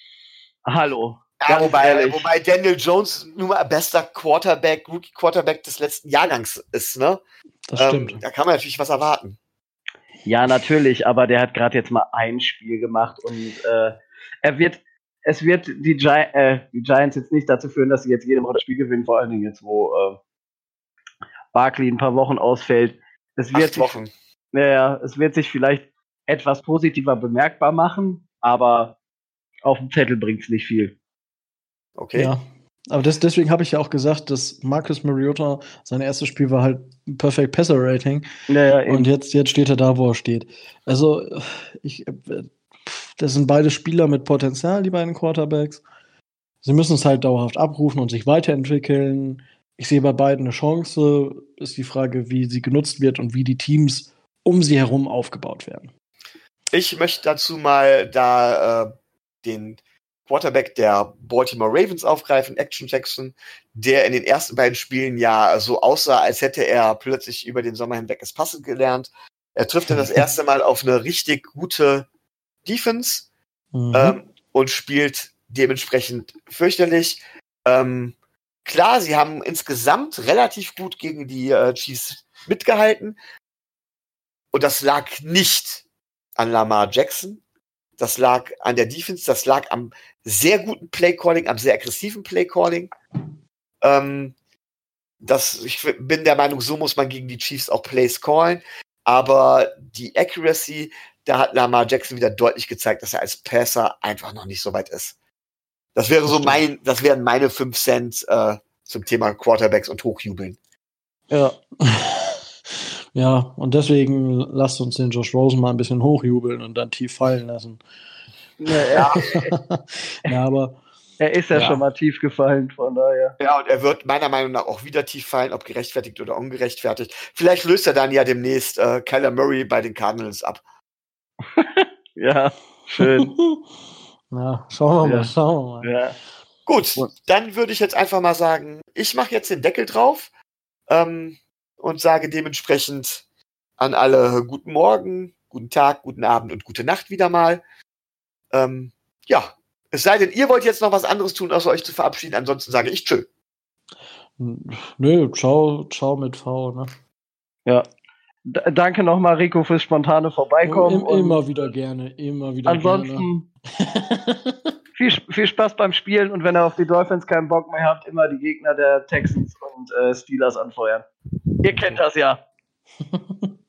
hallo. Ja, wobei, wobei Daniel Jones nun mal bester Quarterback, Rookie Quarterback des letzten Jahrgangs ist, ne? Das stimmt. Ähm, da kann man natürlich was erwarten. Ja, natürlich, aber der hat gerade jetzt mal ein Spiel gemacht und äh, er wird, es wird die, Gi äh, die Giants jetzt nicht dazu führen, dass sie jetzt jede Woche das Spiel gewinnen, vor allen Dingen jetzt, wo äh, Barkley ein paar Wochen ausfällt. Es wird Acht Wochen. Sich, naja, es wird sich vielleicht etwas positiver bemerkbar machen, aber auf dem Zettel bringt es nicht viel. Okay. Ja, aber das, deswegen habe ich ja auch gesagt, dass Marcus Mariota, sein erstes Spiel war halt ein Perfect Passer Rating. Naja, und jetzt, jetzt steht er da, wo er steht. Also, ich, das sind beide Spieler mit Potenzial, die beiden Quarterbacks. Sie müssen es halt dauerhaft abrufen und sich weiterentwickeln. Ich sehe bei beiden eine Chance. Ist die Frage, wie sie genutzt wird und wie die Teams um sie herum aufgebaut werden. Ich möchte dazu mal da äh, den Quarterback der Baltimore Ravens aufgreifen, Action Jackson, der in den ersten beiden Spielen ja so aussah, als hätte er plötzlich über den Sommer hinweg das Passen gelernt. Er trifft dann das erste Mal auf eine richtig gute Defense mhm. ähm, und spielt dementsprechend fürchterlich. Ähm, klar, sie haben insgesamt relativ gut gegen die äh, Chiefs mitgehalten und das lag nicht an Lamar Jackson. Das lag an der Defense, das lag am sehr guten Playcalling, am sehr aggressiven Playcalling. Ähm, das, ich bin der Meinung, so muss man gegen die Chiefs auch Plays callen. Aber die Accuracy, da hat Lamar Jackson wieder deutlich gezeigt, dass er als Passer einfach noch nicht so weit ist. Das wäre so mein, das wären meine fünf Cent äh, zum Thema Quarterbacks und Hochjubeln. Ja. Ja, und deswegen lasst uns den Josh Rosen mal ein bisschen hochjubeln und dann tief fallen lassen. Ja, ja aber er ist ja, ja schon mal tief gefallen, von daher. Ja, und er wird meiner Meinung nach auch wieder tief fallen, ob gerechtfertigt oder ungerechtfertigt. Vielleicht löst er dann ja demnächst äh, Kyler Murray bei den Cardinals ab. Ja, schön. Na, schauen wir ja. mal, schauen wir mal. Ja. Gut, dann würde ich jetzt einfach mal sagen, ich mache jetzt den Deckel drauf. Ähm, und sage dementsprechend an alle guten Morgen, guten Tag, guten Abend und gute Nacht wieder mal. Ähm, ja, es sei denn, ihr wollt jetzt noch was anderes tun, außer euch zu verabschieden. Ansonsten sage ich tschö. Nö, ciao, ciao mit V, ne? Ja. D- danke nochmal, Rico, fürs spontane Vorbeikommen. Im, immer wieder gerne, immer wieder ansonsten gerne. viel, viel Spaß beim Spielen und wenn ihr auf die Dolphins keinen Bock mehr habt, immer die Gegner der Texans und äh, Steelers anfeuern. Ihr kennt das ja.